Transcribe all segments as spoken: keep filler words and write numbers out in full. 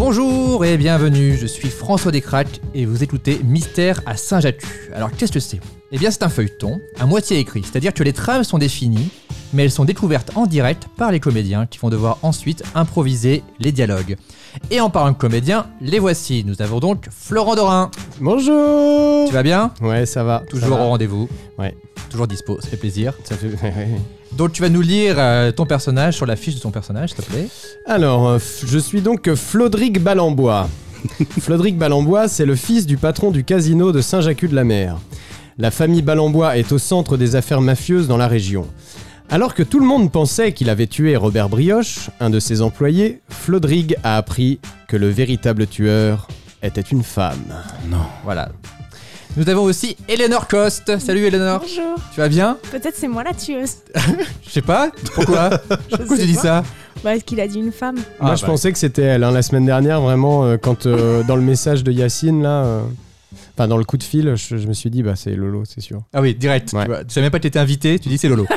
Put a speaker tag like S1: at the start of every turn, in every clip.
S1: Bonjour et bienvenue, je suis François Descraques et vous écoutez Mystère à Saint-Jatu. Alors qu'est-ce que c'est ? Eh bien c'est un feuilleton, à moitié écrit, c'est-à-dire que les trames sont définies, mais elles sont découvertes en direct par les comédiens qui vont devoir ensuite improviser les dialogues. Et en parlant de comédiens, les voici. Nous avons donc Florent Dorin.
S2: Bonjour.
S1: Tu vas bien ?
S2: Ouais, ça va.
S1: Toujours
S2: ça va.
S1: au rendez-vous.
S2: Ouais.
S1: Toujours dispo, ça fait plaisir.
S2: Ça fait...
S1: Donc tu vas nous lire euh, ton personnage, sur la fiche de ton personnage, s'il te plaît.
S2: Alors, euh, f- je suis donc Flodric Balambois. Flodric Balambois, c'est le fils du patron du casino de Saint-Jacques-de-la-Mer. La famille Balambois est au centre des affaires mafieuses dans la région. Alors que tout le monde pensait qu'il avait tué Robert Brioche, un de ses employés, Flodric a appris que le véritable tueur était une femme.
S3: Non.
S1: Voilà. Nous avons aussi Eleanor Coste. Salut Eleanor.
S4: Bonjour.
S1: Tu vas bien ?
S4: Peut-être c'est moi la tueuse.
S1: Je sais pas. Pourquoi ?
S4: Je
S1: Pourquoi
S4: sais
S1: tu dis
S4: pas.
S1: ça ?
S4: Bah, est-ce qu'il a dit une femme ?
S2: Moi,
S1: Ah,
S2: je
S1: bah.
S2: pensais que c'était elle. Hein, la semaine dernière, vraiment, euh, quand euh, dans le message de Yacine, là, euh, enfin dans le coup de fil, je, je me suis dit, bah c'est Lolo, c'est sûr.
S1: Ah oui, direct.
S2: Ouais.
S1: Tu vois, tu savais même pas que t'étais invité, tu dis c'est Lolo.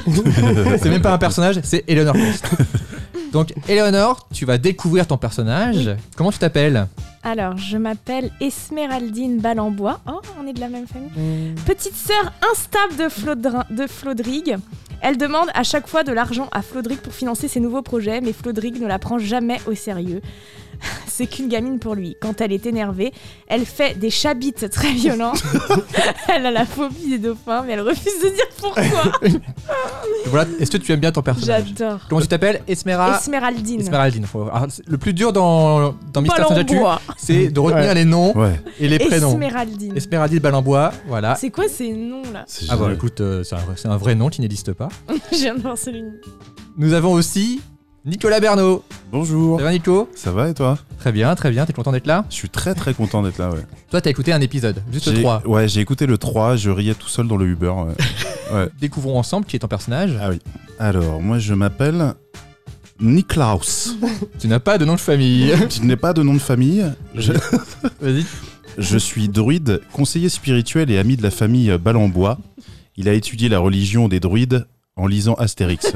S1: C'est même pas un personnage, c'est Eleanor Coste. Donc Eleanor, tu vas découvrir ton personnage. Comment tu t'appelles ?
S4: Alors, je m'appelle Esmeraldine Balambois. Oh, on est de la même famille. Petite sœur instable de, Flodrin, de Flodric. Elle demande à chaque fois de l'argent à Flodric pour financer ses nouveaux projets, mais Flodric ne la prend jamais au sérieux. C'est qu'une gamine pour lui. Quand elle est énervée, elle fait des chabites très violents. Elle a la phobie des dauphins, mais elle refuse de dire pourquoi.
S1: Voilà, est-ce que tu aimes bien ton personnage ?
S4: J'adore.
S1: Comment tu t'appelles ? Esmera
S4: Esmeraldine.
S1: Esmeraldine. Faut- alors, c'est- le plus dur dans, dans Mystère Saint-Jatu,
S4: Balambois.
S1: c'est de retenir
S2: Ouais.
S1: les noms
S3: Ouais,
S1: et les prénoms.
S4: Esmeraldine.
S1: Esmeraldine Balambois, voilà.
S4: C'est quoi ces noms-là ?
S3: c'est
S1: Ah bah
S3: génial.
S1: écoute, euh, c'est un, vrai- c'est un vrai nom qui n'existe pas.
S4: Je viens de voir celui-là.
S1: Nous avons aussi Nicolas Bernot.
S3: Bonjour.
S1: Ça va Nico ?
S3: Ça va et toi ?
S1: Très bien, très bien, t'es content d'être là ?
S3: Je suis très très content d'être là, ouais.
S1: Toi t'as écouté un épisode, juste le
S3: J'ai-
S1: trois.
S3: Ouais, j'ai écouté le trois, je riais tout seul dans le Uber. Ouais. Ouais.
S1: Découvrons ensemble qui est ton personnage.
S3: Ah oui. Alors, moi je m'appelle Niklaus.
S1: Tu n'as pas de nom de famille.
S3: Je n'ai pas de nom de famille. Je,
S1: Vas-y.
S3: je suis druide, conseiller spirituel et ami de la famille Balambois. Il a étudié la religion des druides en lisant Astérix.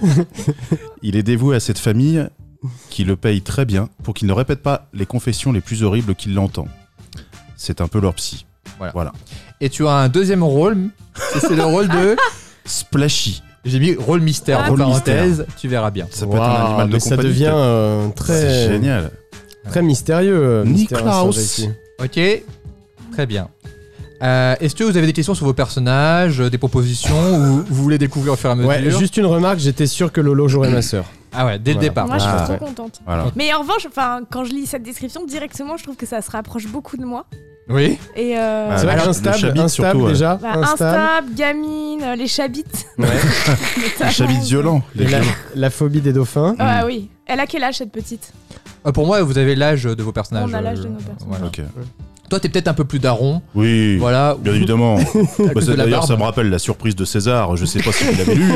S3: Il est dévoué à cette famille qui le paye très bien pour qu'il ne répète pas les confessions les plus horribles qu'il entend. C'est un peu leur psy.
S1: Voilà.
S3: Voilà.
S1: Et tu as un deuxième rôle, c'est c'est le rôle de...
S3: Splashy.
S1: J'ai mis rôle mystère,
S4: Ah,
S1: en
S3: rôle
S1: parenthèse, tu verras bien.
S3: Ça peut être un
S2: Waouh,
S3: animal de
S2: mais ça
S3: compagnie,
S2: devient
S3: peut-être.
S2: euh,
S3: C'est
S2: très,
S3: génial.
S2: très mystérieux. euh, Mystère à
S3: Niklaus.
S2: Saint-Jacques.
S1: Ok, très bien. Euh, Est-ce que vous avez des questions sur vos personnages, euh, des propositions, ou vous voulez découvrir au fur et à mesure ?
S2: Ouais, juste une remarque, j'étais sûr que Lolo jouerait ma sœur.
S1: Ah ouais, dès le
S2: Voilà.
S1: départ.
S4: Moi, je suis
S3: Ah,
S4: trop
S2: ouais.
S4: contente.
S3: Voilà.
S4: Mais en revanche, enfin, quand je lis cette description, directement, je trouve que ça se rapproche beaucoup de moi.
S1: Oui.
S4: Et euh,
S3: Ah,
S2: C'est vrai
S3: alors, le
S2: qu'instable,
S3: chabit
S2: instable
S3: surtout, ouais.
S2: déjà.
S4: bah,
S2: instable.
S4: instable, gamine, euh, les chabites.
S2: Ouais.
S3: Les chabites violents.
S2: Et
S3: Les
S2: la,
S3: violents.
S2: la phobie des dauphins.
S4: Ah oui. Elle a quel âge cette petite ?
S1: Euh, pour moi, vous avez l'âge de vos personnages.
S4: On a l'âge
S1: euh,
S4: de nos personnages.
S1: voilà.
S3: Ok.
S1: Toi, t'es peut-être un peu plus daron.
S3: Oui.
S1: Voilà.
S3: Bien évidemment.
S1: À
S3: Bah,
S1: cause
S3: ça-
S1: de la
S3: D'ailleurs,
S1: barbe.
S3: ça me rappelle la surprise de César. Je sais pas si vous l'avez lu.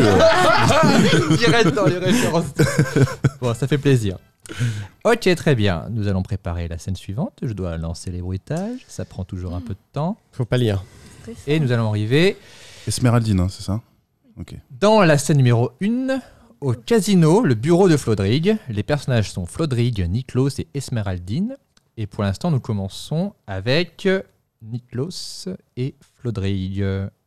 S3: euh.
S1: Direct dans les références. Bon, ça fait plaisir. Ok, très bien. Nous allons préparer la scène suivante. Je dois lancer les bruitages. Ça prend toujours un peu de temps.
S2: Faut pas lire.
S1: Et nous allons arriver
S3: Esmeraldine, hein, c'est ça ? Ok.
S1: dans la scène numéro un, au casino, le bureau de Flodric. Les personnages sont Flodric, Niklaus et Esmeraldine. Et pour l'instant, nous commençons avec Niklaus et Flodric.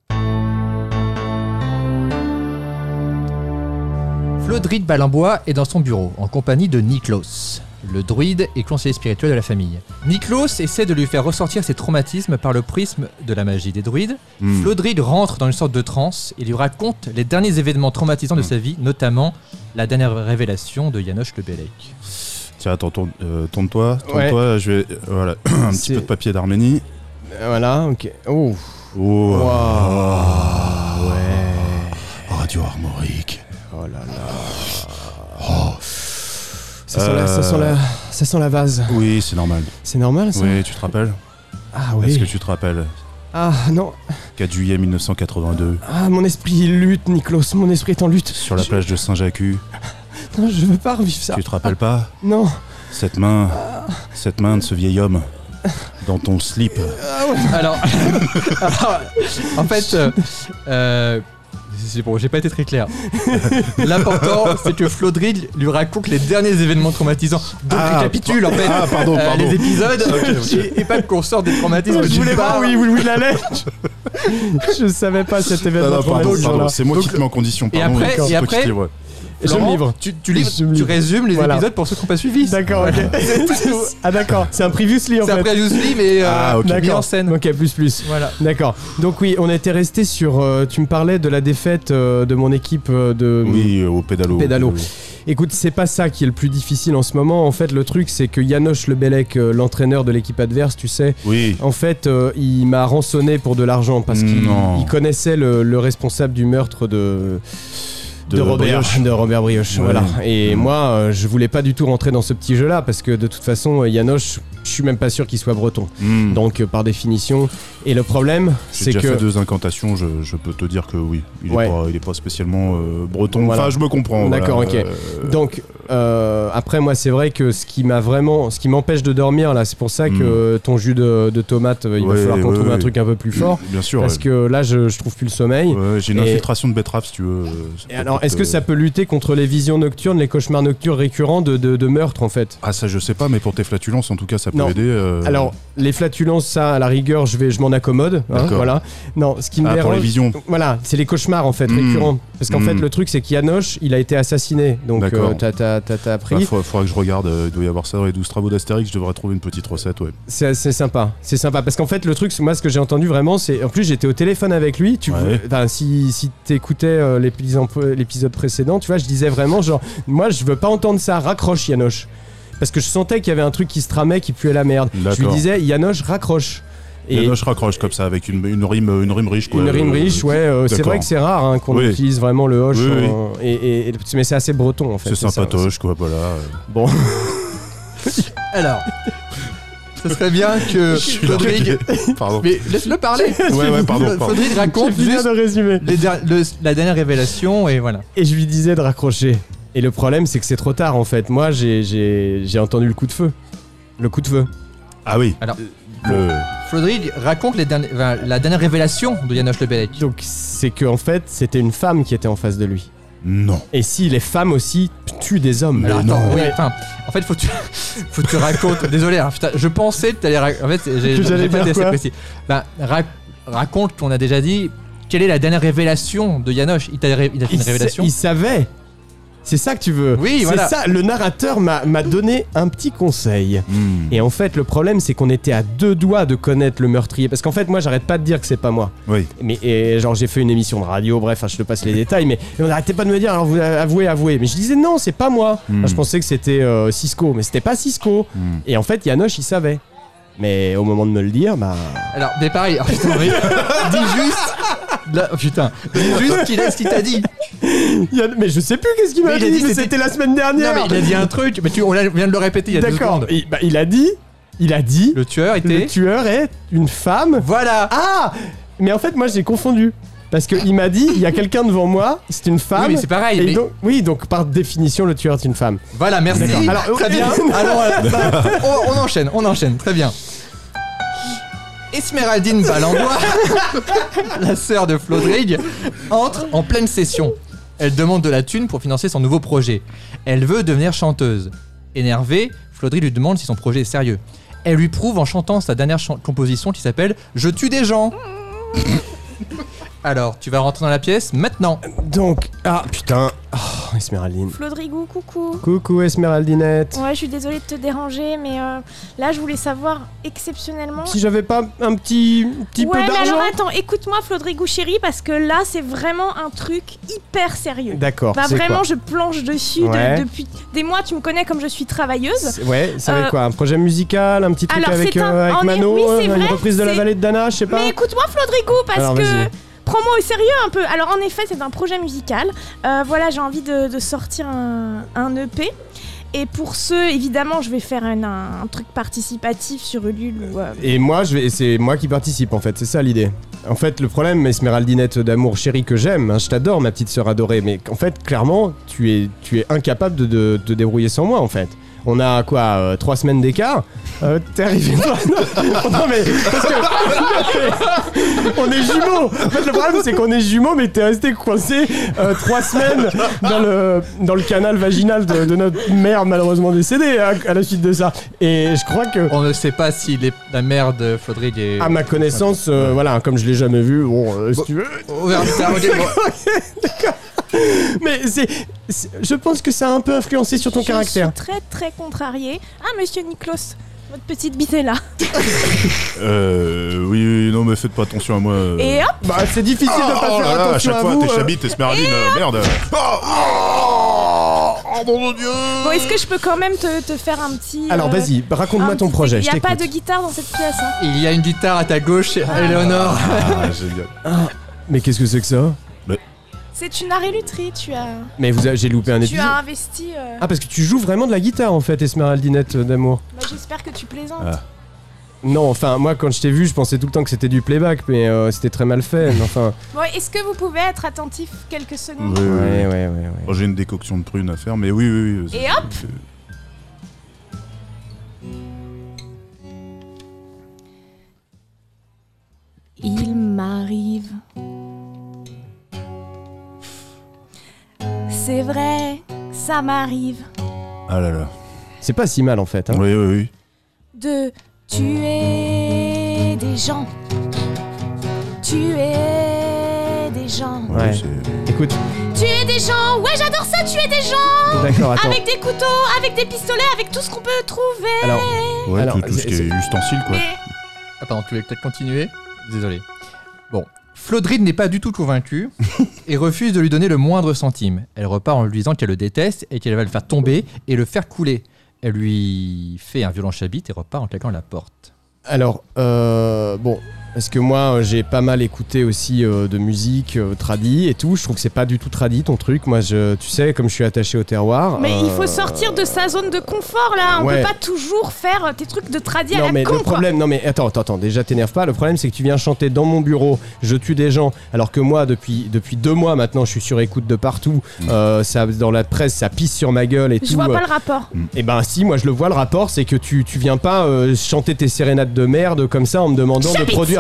S1: Flodric Balambois est dans son bureau, en compagnie de Niklaus, le druide et conseiller spirituel de la famille. Niklaus essaie de lui faire ressortir ses traumatismes par le prisme de la magie des druides.
S3: Hmm.
S1: Flodric rentre dans une sorte de transe et lui raconte les derniers événements traumatisants de
S3: Mm.
S1: sa vie, notamment la dernière révélation de Janosch le Bellec.
S3: Tiens, attends, tourne, euh, tourne-toi.
S2: Ouais.
S3: Tourne-toi, je vais. euh, voilà, un petit
S2: C'est-
S3: peu de papier d'Arménie.
S2: Euh, Voilà, ok. Oh.
S3: Oh.
S2: Waouh. Ouais.
S3: Radio armorique.
S2: Oh là là.
S3: Oh.
S2: Ça sent, la, ça, sent la, ça sent la vase.
S3: Oui, c'est normal.
S2: C'est normal ça ?
S3: Oui, tu te rappelles ?
S2: Ah
S3: Est-ce
S2: oui.
S3: que tu te rappelles
S2: Ah non.
S3: quatre juillet mille neuf cent quatre-vingt-deux,
S2: Ah, mon esprit il lutte, Niklaus. Mon esprit est en lutte.
S3: sur la
S2: Je-
S3: plage de Saint-Jacques.
S2: Non, je veux pas revivre ça.
S3: Tu te rappelles pas ?
S2: Non.
S3: Cette main, cette main de ce vieil homme dans ton slip.
S2: Ah ouais.
S1: Alors, alors, en fait, euh, euh, c'est bon, j'ai pas été très clair. L'important, c'est que Flodrig lui raconte les derniers événements traumatisants. Donc,
S3: Ah,
S1: récapitule en fait
S3: Ah, pardon,
S1: euh,
S3: pardon.
S1: les épisodes
S3: Ok, ok.
S1: Et, et pas qu'on sorte des traumatismes.
S2: Je
S1: du
S2: voulais
S1: bar.
S2: voir oui, oui, oui, il allait. Je savais pas cet
S3: Non,
S2: événement
S3: non, pardon,
S2: traumatisant
S3: pardon,
S2: là.
S3: c'est moi
S1: Donc,
S3: qui te mets en condition.
S1: et
S3: Pardon,
S1: après-
S3: c'est
S1: et
S3: toi
S1: après-
S3: qui te livre.
S2: Je me
S1: Florent,
S2: livre.
S1: Tu, tu, livres,
S2: Je me
S1: tu
S2: livre.
S1: résumes les
S2: Voilà.
S1: épisodes pour ceux qui n'ont pas suivi.
S2: D'accord, ok. Ah d'accord, c'est un previously en
S1: C'est
S2: fait.
S1: un previously, mais euh,
S3: Ah, ok.
S1: mis
S2: D'accord.
S1: en scène.
S2: Ok, plus plus.
S1: Voilà.
S2: D'accord. Donc oui, on était resté sur. euh, tu me parlais de la défaite euh, de mon équipe euh, de.
S3: Oui, euh, au pédalo.
S2: Pédalo. Écoute, c'est pas ça qui est le plus difficile en ce moment. En fait, le truc, c'est que Janosch Lebelec, euh, l'entraîneur de l'équipe adverse, tu sais,
S3: Oui.
S2: en fait, euh, il m'a rançonné pour de l'argent parce qu'il
S3: Non.
S2: il connaissait le, le responsable du meurtre de.
S3: De
S2: Robert
S3: Brioche.
S2: de Robert Brioche,
S3: Ouais.
S2: voilà. Et
S3: Mm.
S2: moi, euh, je voulais pas du tout rentrer dans ce petit jeu-là parce que de toute façon, euh, Janosch, je suis même pas sûr qu'il soit breton.
S3: Hmm.
S2: Donc, euh, par définition. Et le problème,
S3: J'ai
S2: c'est
S3: déjà
S2: que.
S3: fait deux incantations, je, je peux te dire que oui, il est,
S2: Ouais.
S3: pas, il est pas spécialement euh, breton.
S2: Voilà.
S3: Enfin, je me comprends.
S2: D'accord,
S3: voilà.
S2: ok.
S3: Euh,
S2: Donc euh, après moi c'est vrai que ce qui m'a vraiment, ce qui m'empêche de dormir là, c'est pour ça que ton jus de, de tomate, euh, il va
S3: Ouais,
S2: falloir qu'on
S3: ouais,
S2: trouve un
S3: ouais.
S2: truc un peu plus fort
S3: Bien sûr.
S2: parce
S3: ouais.
S2: que là je, je trouve plus le sommeil.
S3: Ouais, j'ai une
S2: Et-
S3: infiltration de betterave si tu veux.
S2: Et alors est-ce que ça peut lutter contre les visions nocturnes, les cauchemars nocturnes récurrents de, de, de meurtre en fait?
S3: Ah, ça je sais pas, mais pour tes flatulences en tout cas ça peut
S2: Non.
S3: aider. euh,
S2: Alors les flatulences, ça à la rigueur je vais, je m'en accommode. hein,
S3: D'accord.
S2: voilà. Non, ce qui me
S3: ah, pour les
S2: dérange.
S3: visions.
S2: Voilà, c'est les cauchemars en fait
S3: Mm.
S2: récurrents. Parce qu'en
S3: Mm.
S2: fait le truc c'est qu'Yanoche il a été assassiné, donc
S3: D'accord.
S2: euh, t'as t'as- t'as- t'as appris.
S3: Bah, faudra, faudra que je regarde, euh, il doit y avoir ça dans les douze travaux d'Astérix, je devrais trouver une petite recette, ouais.
S2: C'est c'est sympa, c'est sympa parce qu'en fait le truc, c'est- moi ce que j'ai entendu vraiment, c'est en plus j'étais au téléphone avec lui. Tu,
S3: Ouais.
S2: enfin, si si t'écoutais euh, l'épisode l'épisode précédent, tu vois, je disais vraiment genre, moi je veux pas entendre ça, raccroche Yanoche, parce que je sentais qu'il y avait un truc qui se tramait, qui puait la merde. Je lui
S3: D'accord.
S2: disais Yanoche raccroche.
S3: Et
S2: Et
S3: là, je raccroche comme ça avec une, une rime, une rime riche, quoi.
S2: une rime
S3: Euh,
S2: riche, ouais, euh, c'est
S3: d'accord.
S2: vrai que c'est rare hein, qu'on
S3: Oui.
S2: utilise vraiment le hoche,
S3: Oui, oui.
S2: en- et, et- et- mais c'est assez breton en fait.
S3: C'est
S2: ça.
S3: sympatoche, quoi, voilà.
S2: Bon,
S1: Alors, ce serait bien que Flodrig.
S3: Pardon.
S1: Mais laisse-le parler.
S3: Ouais, ouais, pardon, pardon.
S1: Flodrig
S2: j'ai
S1: raconte
S2: fini
S1: juste
S2: de résumer.
S1: les der- le- la dernière révélation et voilà.
S2: Et je lui disais de raccrocher. Et le problème, c'est que c'est trop tard en fait. Moi, j'ai- j'ai j'ai entendu le coup de feu. Le coup de feu.
S3: Ah oui.
S1: Alors,
S3: Le...
S1: Flodrig raconte les derniers- enfin, la dernière révélation de Janosch Lebelec.
S2: Donc, c'est que en fait, c'était une femme qui était en face de lui.
S3: Non.
S2: Et si les femmes aussi tuent des hommes.
S3: Mais
S1: Alors attends,
S3: non.
S1: oui, enfin, en fait, faut que tu, faut que tu racontes. Désolé, hein, putain, je pensais que t'allais. rac- En fait, j'ai
S2: Que
S1: j'ai
S2: j'allais
S1: pas
S2: dire
S1: été assez
S2: quoi
S1: précis. Ben, rac- raconte qu'on a déjà dit. Quelle est la dernière révélation de Janosch? Il t'a ré- il a fait
S2: il,
S1: une
S2: sa-
S1: révélation.
S2: il savait. C'est ça que tu veux.
S1: Oui,
S2: c'est
S1: voilà.
S2: ça. Le narrateur m'a m'a donné un petit conseil.
S3: Hmm.
S2: Et en fait, le problème, c'est qu'on était à deux doigts de connaître le meurtrier. Parce qu'en fait, moi, j'arrête pas de dire que c'est pas moi.
S3: Oui.
S2: Mais et, genre, j'ai fait une émission de radio, bref, hein, je te passe les détails, mais on n'arrêtait pas de me dire, alors vous avouez, avouez. Mais je disais non, c'est pas moi.
S3: Hmm.
S2: Enfin, je pensais que c'était euh, Cisco, mais c'était pas Cisco.
S3: Hmm.
S2: Et en fait, Yanoche, il savait. Mais au moment de me le dire, bah.
S1: Alors, mais pareil. Oh, putain, mais- dis juste. Là, oh, putain. Dis juste qu'il a- ce qu'il t'a dit.
S2: Yann- Mais je sais plus qu'est-ce qu'il m'a
S1: Mais il a
S2: dit,
S1: dit
S2: mais
S1: c'était-
S2: c'était la semaine
S1: Non,
S2: dernière.
S1: mais il a dit un truc. Mais tu, on l'a- vient de le répéter il y a deux
S2: D'accord.
S1: secondes.
S2: Il, bah, il a dit, il a dit,
S1: Le tueur
S2: le
S1: était.
S2: tueur est une femme.
S1: Voilà.
S2: Ah Mais en fait, moi, j'ai confondu. Parce qu'il m'a dit, il y a quelqu'un devant moi, c'est une femme.
S1: Oui, mais c'est pareil.
S2: Et
S1: mais-
S2: donc, oui, donc par définition, le tueur est une femme.
S1: Voilà, merci.
S2: D'accord. Alors,
S1: très
S2: ok.
S1: bien. Alors, euh, bah, on, on enchaîne, on enchaîne. Très bien. Esmeraldine Balambois, la sœur de Flodrig, entre en pleine session. Elle demande de la thune pour financer son nouveau projet. Elle veut devenir chanteuse. Énervée, Flodrig lui demande si son projet est sérieux. Elle lui prouve en chantant sa dernière chan- composition qui s'appelle « Je tue des gens ». Alors, tu vas rentrer dans la pièce maintenant.
S2: Donc, ah putain. Oh, Esmeraldine.
S4: Flodrigou, coucou.
S2: Coucou Esmeraldinette.
S4: Ouais, je suis désolée de te déranger, mais euh, là, je voulais savoir exceptionnellement.
S2: Si j'avais pas un petit, petit
S4: ouais,
S2: peu
S4: mais
S2: d'argent.
S4: alors attends, écoute-moi, Flodrigou chérie, parce que là, c'est vraiment un truc hyper sérieux.
S2: D'accord.
S4: Bah
S2: c'est
S4: vraiment,
S2: quoi
S4: je planche dessus de-
S2: Ouais.
S4: depuis des mois. Tu me connais comme je suis travailleuse.
S2: C'est- Ouais, ça va
S4: Euh,
S2: être quoi? Un projet musical, un petit truc
S4: alors,
S2: avec,
S4: c'est un-
S2: euh, avec
S4: en est-
S2: Mano,
S4: oui, c'est
S2: une
S4: vrai,
S2: reprise de la
S4: c'est-
S2: vallée de Dana, je sais pas.
S4: Mais écoute-moi, Flodrigou, parce
S2: Alors,
S4: que
S2: vas-y.
S4: prends-moi au sérieux un peu. Alors en effet, c'est un projet musical. Euh, voilà, j'ai envie de, de sortir un, un E P. Et pour ce, évidemment, je vais faire un, un- un truc participatif sur Ulule. Ou, euh,
S2: Et moi, je vais, c'est moi qui participe en fait, c'est ça l'idée. En fait, le problème, Esmeraldinette d'amour chérie que j'aime, hein, je t'adore ma petite sœur adorée, mais en fait, clairement, tu es, tu es incapable de, de te débrouiller sans moi en fait. On a quoi, euh, trois semaines d'écart. Euh, t'es arrivé toi non, non mais parce que on est jumeaux. En fait le problème c'est qu'on est jumeaux mais t'es resté coincé euh, trois semaines dans le dans le canal vaginal de, de notre mère malheureusement décédée à, à la suite de ça. Et je crois que
S1: on ne sait pas si les, la mère de Flodrig est.
S2: À ma connaissance, euh, voilà, comme je l'ai jamais vu, bon, euh, si
S1: bon,
S2: tu veux.
S1: On verra plus tard. Okay, bon.
S2: D'accord. Mais c'est, c'est, je pense que ça a un peu influencé sur ton
S4: je
S2: caractère.
S4: Je suis très très contrariée. Ah, monsieur Niklos, votre petite bite est là.
S3: Euh. Oui, oui, non, mais faites pas attention à moi. Euh...
S4: Et hop.
S2: Bah, c'est difficile
S3: oh,
S2: de pas
S3: oh
S2: faire
S3: là là,
S2: attention
S3: à chaque
S2: à
S3: fois,
S2: vous.
S3: t'es
S2: euh.
S3: chabite, t'es Smeraldine, euh, merde. Oh, oh, oh, mon Dieu.
S4: Bon, est-ce que je peux quand même te, te faire un petit.
S2: Alors,
S4: euh,
S2: vas-y, raconte-moi
S4: un
S2: ton
S4: petit-
S2: projet.
S4: Il n'y a
S2: je
S4: pas
S2: t'écoute.
S4: de guitare dans cette pièce. Hein.
S1: Il y a une guitare à ta gauche, Eleonore.
S3: Ah, génial.
S2: Mais qu'est-ce que c'est que ça?
S4: C'est une arrêluterie, tu as.
S2: Mais vous avez- j'ai loupé un
S4: Tu
S2: épisode.
S4: as investi. euh,
S2: Ah, parce que tu joues vraiment de la guitare en fait, Esmeraldinette euh, d'amour.
S4: Bah, j'espère que tu plaisantes.
S3: Ah.
S2: Non, enfin, moi quand je t'ai vu, je pensais tout le temps que c'était du playback, mais euh, c'était très mal fait. Mais enfin.
S4: Bon, est-ce que vous pouvez être attentif quelques secondes
S3: Oui, oui, oui.
S2: Ouais, ouais, ouais. ouais.
S3: Oh, j'ai une décoction de prunes à faire, mais oui, oui, oui.
S4: Et hop.
S3: c'est-
S4: Il m'arrive. C'est vrai, ça m'arrive
S3: Ah là là.
S2: C'est pas si mal en fait. Hein.
S3: Oui, oui, oui.
S4: de tuer des gens. Tuer des gens.
S2: Ouais.
S3: c'est-
S2: Écoute,
S4: Tuer des gens. Ouais, j'adore ça, tuer des gens.
S2: d'accord, attends.
S4: Avec des couteaux, avec des pistolets, avec tout ce qu'on peut trouver.
S2: Alors,
S3: Ouais,
S2: Alors,
S3: tout, tout ce
S2: c'est-
S3: qui est ustensile, quoi.
S4: Mais
S1: Ah pardon, tu voulais peut-être continuer? Désolé. Bon. Flodrig n'est pas du tout convaincue et refuse de lui donner le moindre centime. Elle repart en lui disant qu'elle le déteste et qu'elle va le faire tomber et le faire couler. Elle lui fait un violent chabit et repart en claquant la porte.
S2: alors, euh, bon, parce que moi, euh, j'ai pas mal écouté aussi euh, de musique euh, tradie et tout. Je trouve que c'est pas du tout tradie ton truc. Moi, je, tu sais, comme je suis attaché au terroir.
S4: Mais il
S2: euh,
S4: faut sortir de sa zone de confort là. On
S2: ouais.
S4: peut pas toujours faire tes trucs de tradie à
S2: Non
S4: la
S2: mais
S4: con
S2: le
S4: quoi.
S2: problème, non mais attends, attends, attends, déjà t'énerve pas. Le problème c'est que tu viens chanter dans mon bureau, je tue des gens, alors que moi depuis depuis deux mois maintenant, je suis sur écoute de partout.
S3: Mm.
S2: Euh, ça dans la presse, ça pisse sur ma gueule et
S4: Je
S2: tout.
S4: vois
S2: euh.
S4: pas le rapport.
S2: Et ben si, moi je le vois le rapport, c'est que tu tu viens pas euh, chanter tes sérénades de merde comme ça en me demandant de
S4: Chabit.
S2: produire.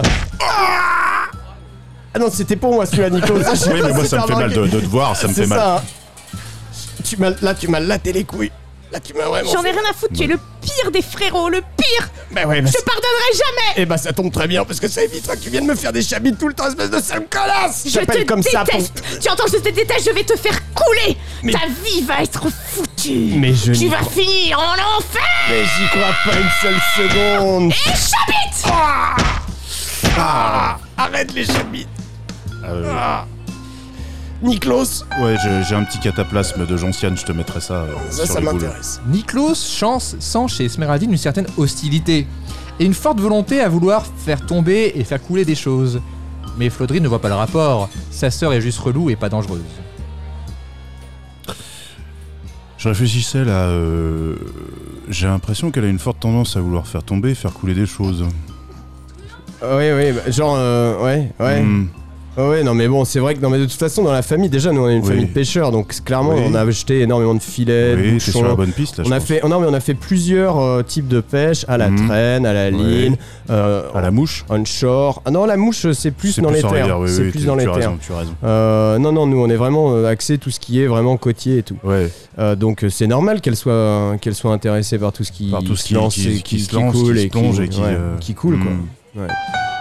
S2: Ah non, c'était pour moi celui-là, Nico. Ça, je
S3: Oui, mais moi, ça me
S2: super
S3: fait mal
S2: marqué.
S3: de, de te voir, ça me
S2: C'est
S3: fait mal.
S2: ça, hein. Tu m'as là, tu m'as laté les couilles. Là, tu m'as vraiment.
S4: J'en ai
S2: fait-
S4: rien à foutre. Tu es le pire des frérots, le pire.
S2: Bah ouais, bah,
S4: Je te pardonnerai jamais.
S2: Eh bah ça tombe très bien parce que ça évitera que tu viennes me faire des chabites tout le temps, espèce de sale colasse.
S4: Je
S2: J'appelle
S4: te
S2: comme ça pour-
S4: déteste. Tu entends, je te déteste. Je vais te faire couler.
S2: Mais-
S4: Ta vie va être foutue.
S2: Mais je
S4: Tu
S2: n'y
S4: vas
S2: crois-
S4: finir en enfer.
S2: Mais j'y crois pas une seule seconde.
S4: Et chabite.
S2: Ah, arrête les chabites.
S3: Ah, ouais, ouais.
S2: Ah. Niklos,
S3: Ouais, j'ai j'ai un petit cataplasme de gentiane, je te mettrai ça euh,
S2: ça,
S3: sur
S2: ça
S3: les boules.
S2: m'intéresse.
S1: Niklos chance sent chez Esmeraldine une certaine hostilité et une forte volonté à vouloir faire tomber et faire couler des choses. Mais Flodrig ne voit pas le rapport. Sa sœur est juste relou et pas dangereuse.
S3: Je réfléchissais là. euh, J'ai l'impression qu'elle a une forte tendance à vouloir faire tomber et faire couler des choses.
S2: Oui, oui, bah, genre, euh, ouais, ouais.
S3: Hmm.
S2: Ouais, ouais, non, mais bon, c'est vrai que non, mais de toute façon, dans la famille, déjà, nous, on est une
S3: Oui.
S2: famille de pêcheurs, donc c'est- clairement,
S3: Oui.
S2: on a acheté énormément de filets, de
S3: Oui, t'es
S2: bouchons.
S3: sur la bonne piste là,
S2: On
S3: je
S2: a
S3: pense.
S2: fait, oh non, mais on a fait plusieurs euh, types de pêche, à la
S3: Mhm.
S2: traîne, à la
S3: Ouais.
S2: ligne, euh,
S3: À la mouche.
S2: onshore. Ah non, la mouche, c'est plus
S3: C'est
S2: dans les
S3: en
S2: terres.
S3: rivière, oui,
S2: c'est
S3: oui,
S2: plus
S3: tu-
S2: dans les
S3: tu as
S2: terres.
S3: raison, tu as raison.
S2: Euh, non, non, nous, on est vraiment euh, axé tout ce qui est vraiment côtier et tout.
S3: Ouais,
S2: Euh, donc euh, c'est normal qu'elle soit, qu'elle soit intéressée par tout ce qui,
S3: par tout ce
S2: se
S3: qui,
S2: lance
S3: qui,
S2: et
S3: qui
S2: qui,
S3: se
S2: qui
S3: lance,
S2: coule
S3: qui se
S2: et
S3: plonge
S2: qui,
S3: et qui,
S2: ouais,
S3: euh,
S2: qui coule quoi.
S3: hmm.
S2: Ouais.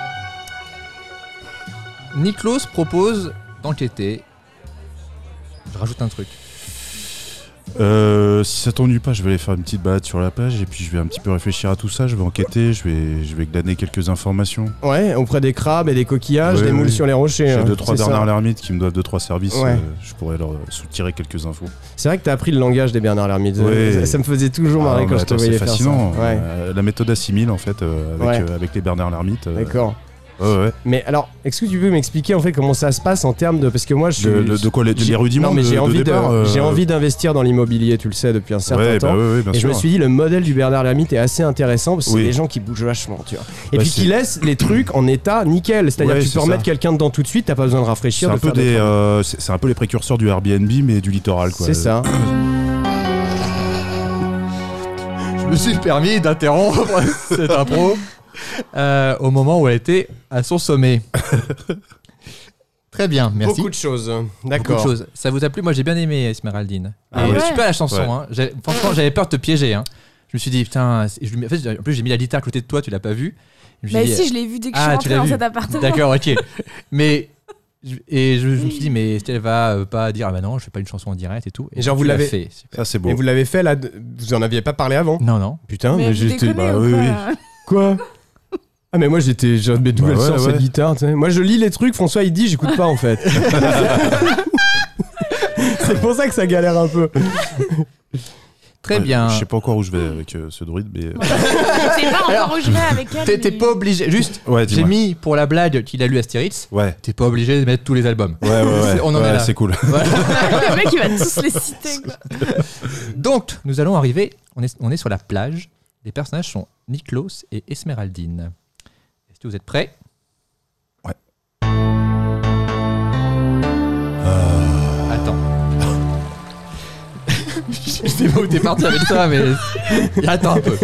S1: Niklos propose d'enquêter. Je rajoute un truc.
S3: Euh, si ça t'ennuie pas, je vais aller faire une petite balade sur la plage et puis je vais un petit peu réfléchir à tout ça. Je vais enquêter, je vais, je vais glaner quelques informations.
S2: Ouais, auprès des crabes et des coquillages,
S3: Ouais,
S2: des moules
S3: ouais.
S2: sur les rochers.
S3: J'ai
S2: hein,
S3: deux trois
S2: c'est ça.
S3: Bernard Lermite qui me doivent deux trois services.
S2: Ouais.
S3: euh, je pourrais leur soutirer quelques infos.
S2: C'est vrai que t'as appris le langage des Bernard Lermite.
S3: Ouais.
S2: Ça, ça me faisait toujours marrer
S3: Ah,
S2: quand
S3: mais
S2: je te
S3: attends,
S2: voyais
S3: c'est
S2: faire
S3: fascinant.
S2: ça. Ouais,
S3: Euh, la méthode assimile en fait euh, avec,
S2: Ouais.
S3: euh, avec les Bernard Lermite. euh,
S2: d'accord.
S3: Ouais, ouais.
S2: Mais alors, est-ce que tu peux m'expliquer en fait comment ça se passe en termes de... Parce que moi je suis...
S3: De, de- de quoi les,
S2: j'ai-
S3: les rudiments
S2: Non mais
S3: de,
S2: j'ai
S3: de
S2: envie, de-
S3: départ, euh,
S2: j'ai envie d'investir dans l'immobilier, tu le sais, depuis un certain
S3: ouais,
S2: temps.
S3: bah ouais, ouais, bien
S2: Et je
S3: sûr.
S2: me suis dit, le modèle du Bernard Lermite est assez intéressant parce que
S3: Oui.
S2: c'est des gens qui bougent vachement, tu vois. Et
S3: Bah,
S2: puis
S3: c'est-
S2: qui laissent les trucs en état nickel. C'est-à-dire
S3: Ouais,
S2: que tu
S3: c'est
S2: peux remettre
S3: ça.
S2: quelqu'un dedans tout de suite, t'as pas besoin de
S3: C'est
S2: rafraîchir.
S3: un
S2: de
S3: peu
S2: faire
S3: des,
S2: des-
S3: euh, c'est c'est un peu les précurseurs du Airbnb mais du littoral quoi.
S2: C'est ça.
S1: Je me suis permis d'interrompre cette impro euh, au moment où elle était à son sommet. Très bien, merci.
S2: Beaucoup de choses. D'accord.
S1: Beaucoup de choses. Ça vous a plu? Moi, j'ai bien aimé Esmeraldine.
S2: Ah
S1: Et
S2: ouais.
S1: super la chanson.
S3: Ouais.
S1: Hein. J'ai- Franchement, j'avais peur de te piéger. Hein. Je me suis dit, putain. c'est- je- En, fait, en plus, j'ai mis la guitare à côté de toi, tu l'as pas vue. Je me suis
S4: Bah
S1: dit,
S4: si, je l'ai vu dès que je
S1: Ah,
S4: suis
S1: tu
S4: rentrée
S1: l'as
S4: dans
S1: vu.
S4: cet appartement.
S1: D'accord, ok. Mais. je- Et je, je me suis dit, mais est-ce qu'elle va euh, pas dire, ah bah non, je fais pas une chanson en direct et tout.
S2: Et genre,
S1: tu
S2: vous
S1: l'as
S2: l'avez-
S1: fait. Super.
S3: Ça, c'est beau.
S2: Et vous l'avez fait là, de- vous en aviez pas parlé avant?
S1: Non, non.
S2: Putain,
S4: Mais
S2: mais,
S4: vous
S2: j'étais.
S4: déconnez
S3: bah
S4: ou
S3: oui,
S4: quoi
S2: Quoi? Ah mais moi j'étais genre mais d'où
S3: Bah
S2: elle
S3: ouais,
S2: sort
S3: ouais.
S2: cette guitare, tu sais. Moi je lis les trucs, François il dit, j'écoute pas en fait. C'est pour ça que ça galère un peu.
S1: Très
S3: Ouais,
S1: bien.
S3: Je sais pas encore où je vais avec euh, ce druide, mais. euh,
S4: Je sais pas encore où je vais avec elle.
S1: T'es t'es
S4: mais-
S1: pas obligé. Juste,
S3: Ouais,
S1: j'ai
S3: dis-moi.
S1: mis pour la blague qu'il a lu Astérix.
S3: Ouais,
S1: T'es pas obligé de mettre tous les albums.
S3: ouais, ouais. ouais.
S1: On en
S3: Ouais,
S1: est là.
S3: C'est cool.
S1: Voilà.
S4: Le mec il va tous les citer quoi.
S1: Donc, nous allons arriver. On est, on est sur la plage. Les personnages sont Niklos et Esmeraldine. Est-ce que vous êtes prêts?
S3: Ouais.
S1: Attends. Je sais pas où t'es parti avec ça, mais. Attends un peu.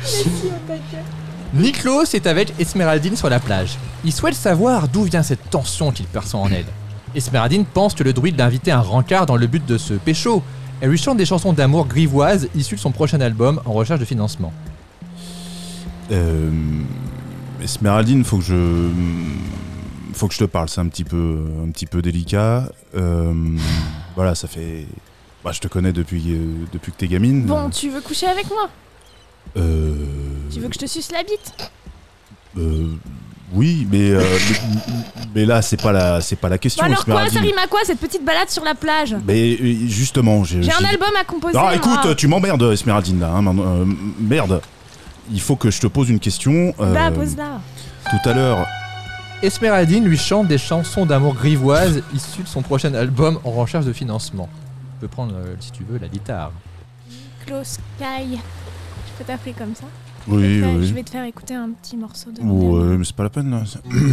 S1: Niklos est avec Esmeraldine sur la plage. Il souhaite savoir d'où vient cette tension qu'il perçoit en elle. Esmeraldine pense que le druide l'a invité à un rencard dans le but de se pécho. Elle lui chante des chansons d'amour grivoises issues de son prochain album en recherche de financement.
S3: Euh, Esmeraldine, faut que je. Faut que je te parle, c'est un petit peu, un petit peu délicat. Euh, voilà, ça fait. Bah, je te connais depuis, euh, depuis que t'es gamine.
S4: Bon, tu veux coucher avec moi?
S3: Euh,
S4: Tu veux que je te suce la bite?
S3: euh, oui, mais, euh, mais, mais là, c'est pas la, c'est pas la question.
S4: Bah alors quoi? Ça
S3: Esmeraldine.
S4: rime à quoi cette petite balade sur la plage?
S3: Mais euh, justement, j'ai.
S4: J'ai un
S3: j'ai-
S4: album à composer.
S3: Ah,
S4: moi.
S3: écoute, tu m'emmerdes, Esmeraldine, là. Hein, maintenant, euh, merde. Il faut que je te pose une question. euh,
S4: Bah pose-la.
S3: Tout à l'heure.
S1: Esmeraldine lui chante des chansons d'amour grivoises issues de son prochain album en recherche de financement. Tu peux prendre, euh, si tu veux, la guitare.
S4: Close Sky. Je peux t'appeler comme ça?
S3: Oui,
S4: je, vais te faire,
S3: oui.
S4: je vais te faire écouter un petit morceau de mon
S3: Ouais,
S4: album.
S3: mais c'est pas la peine là.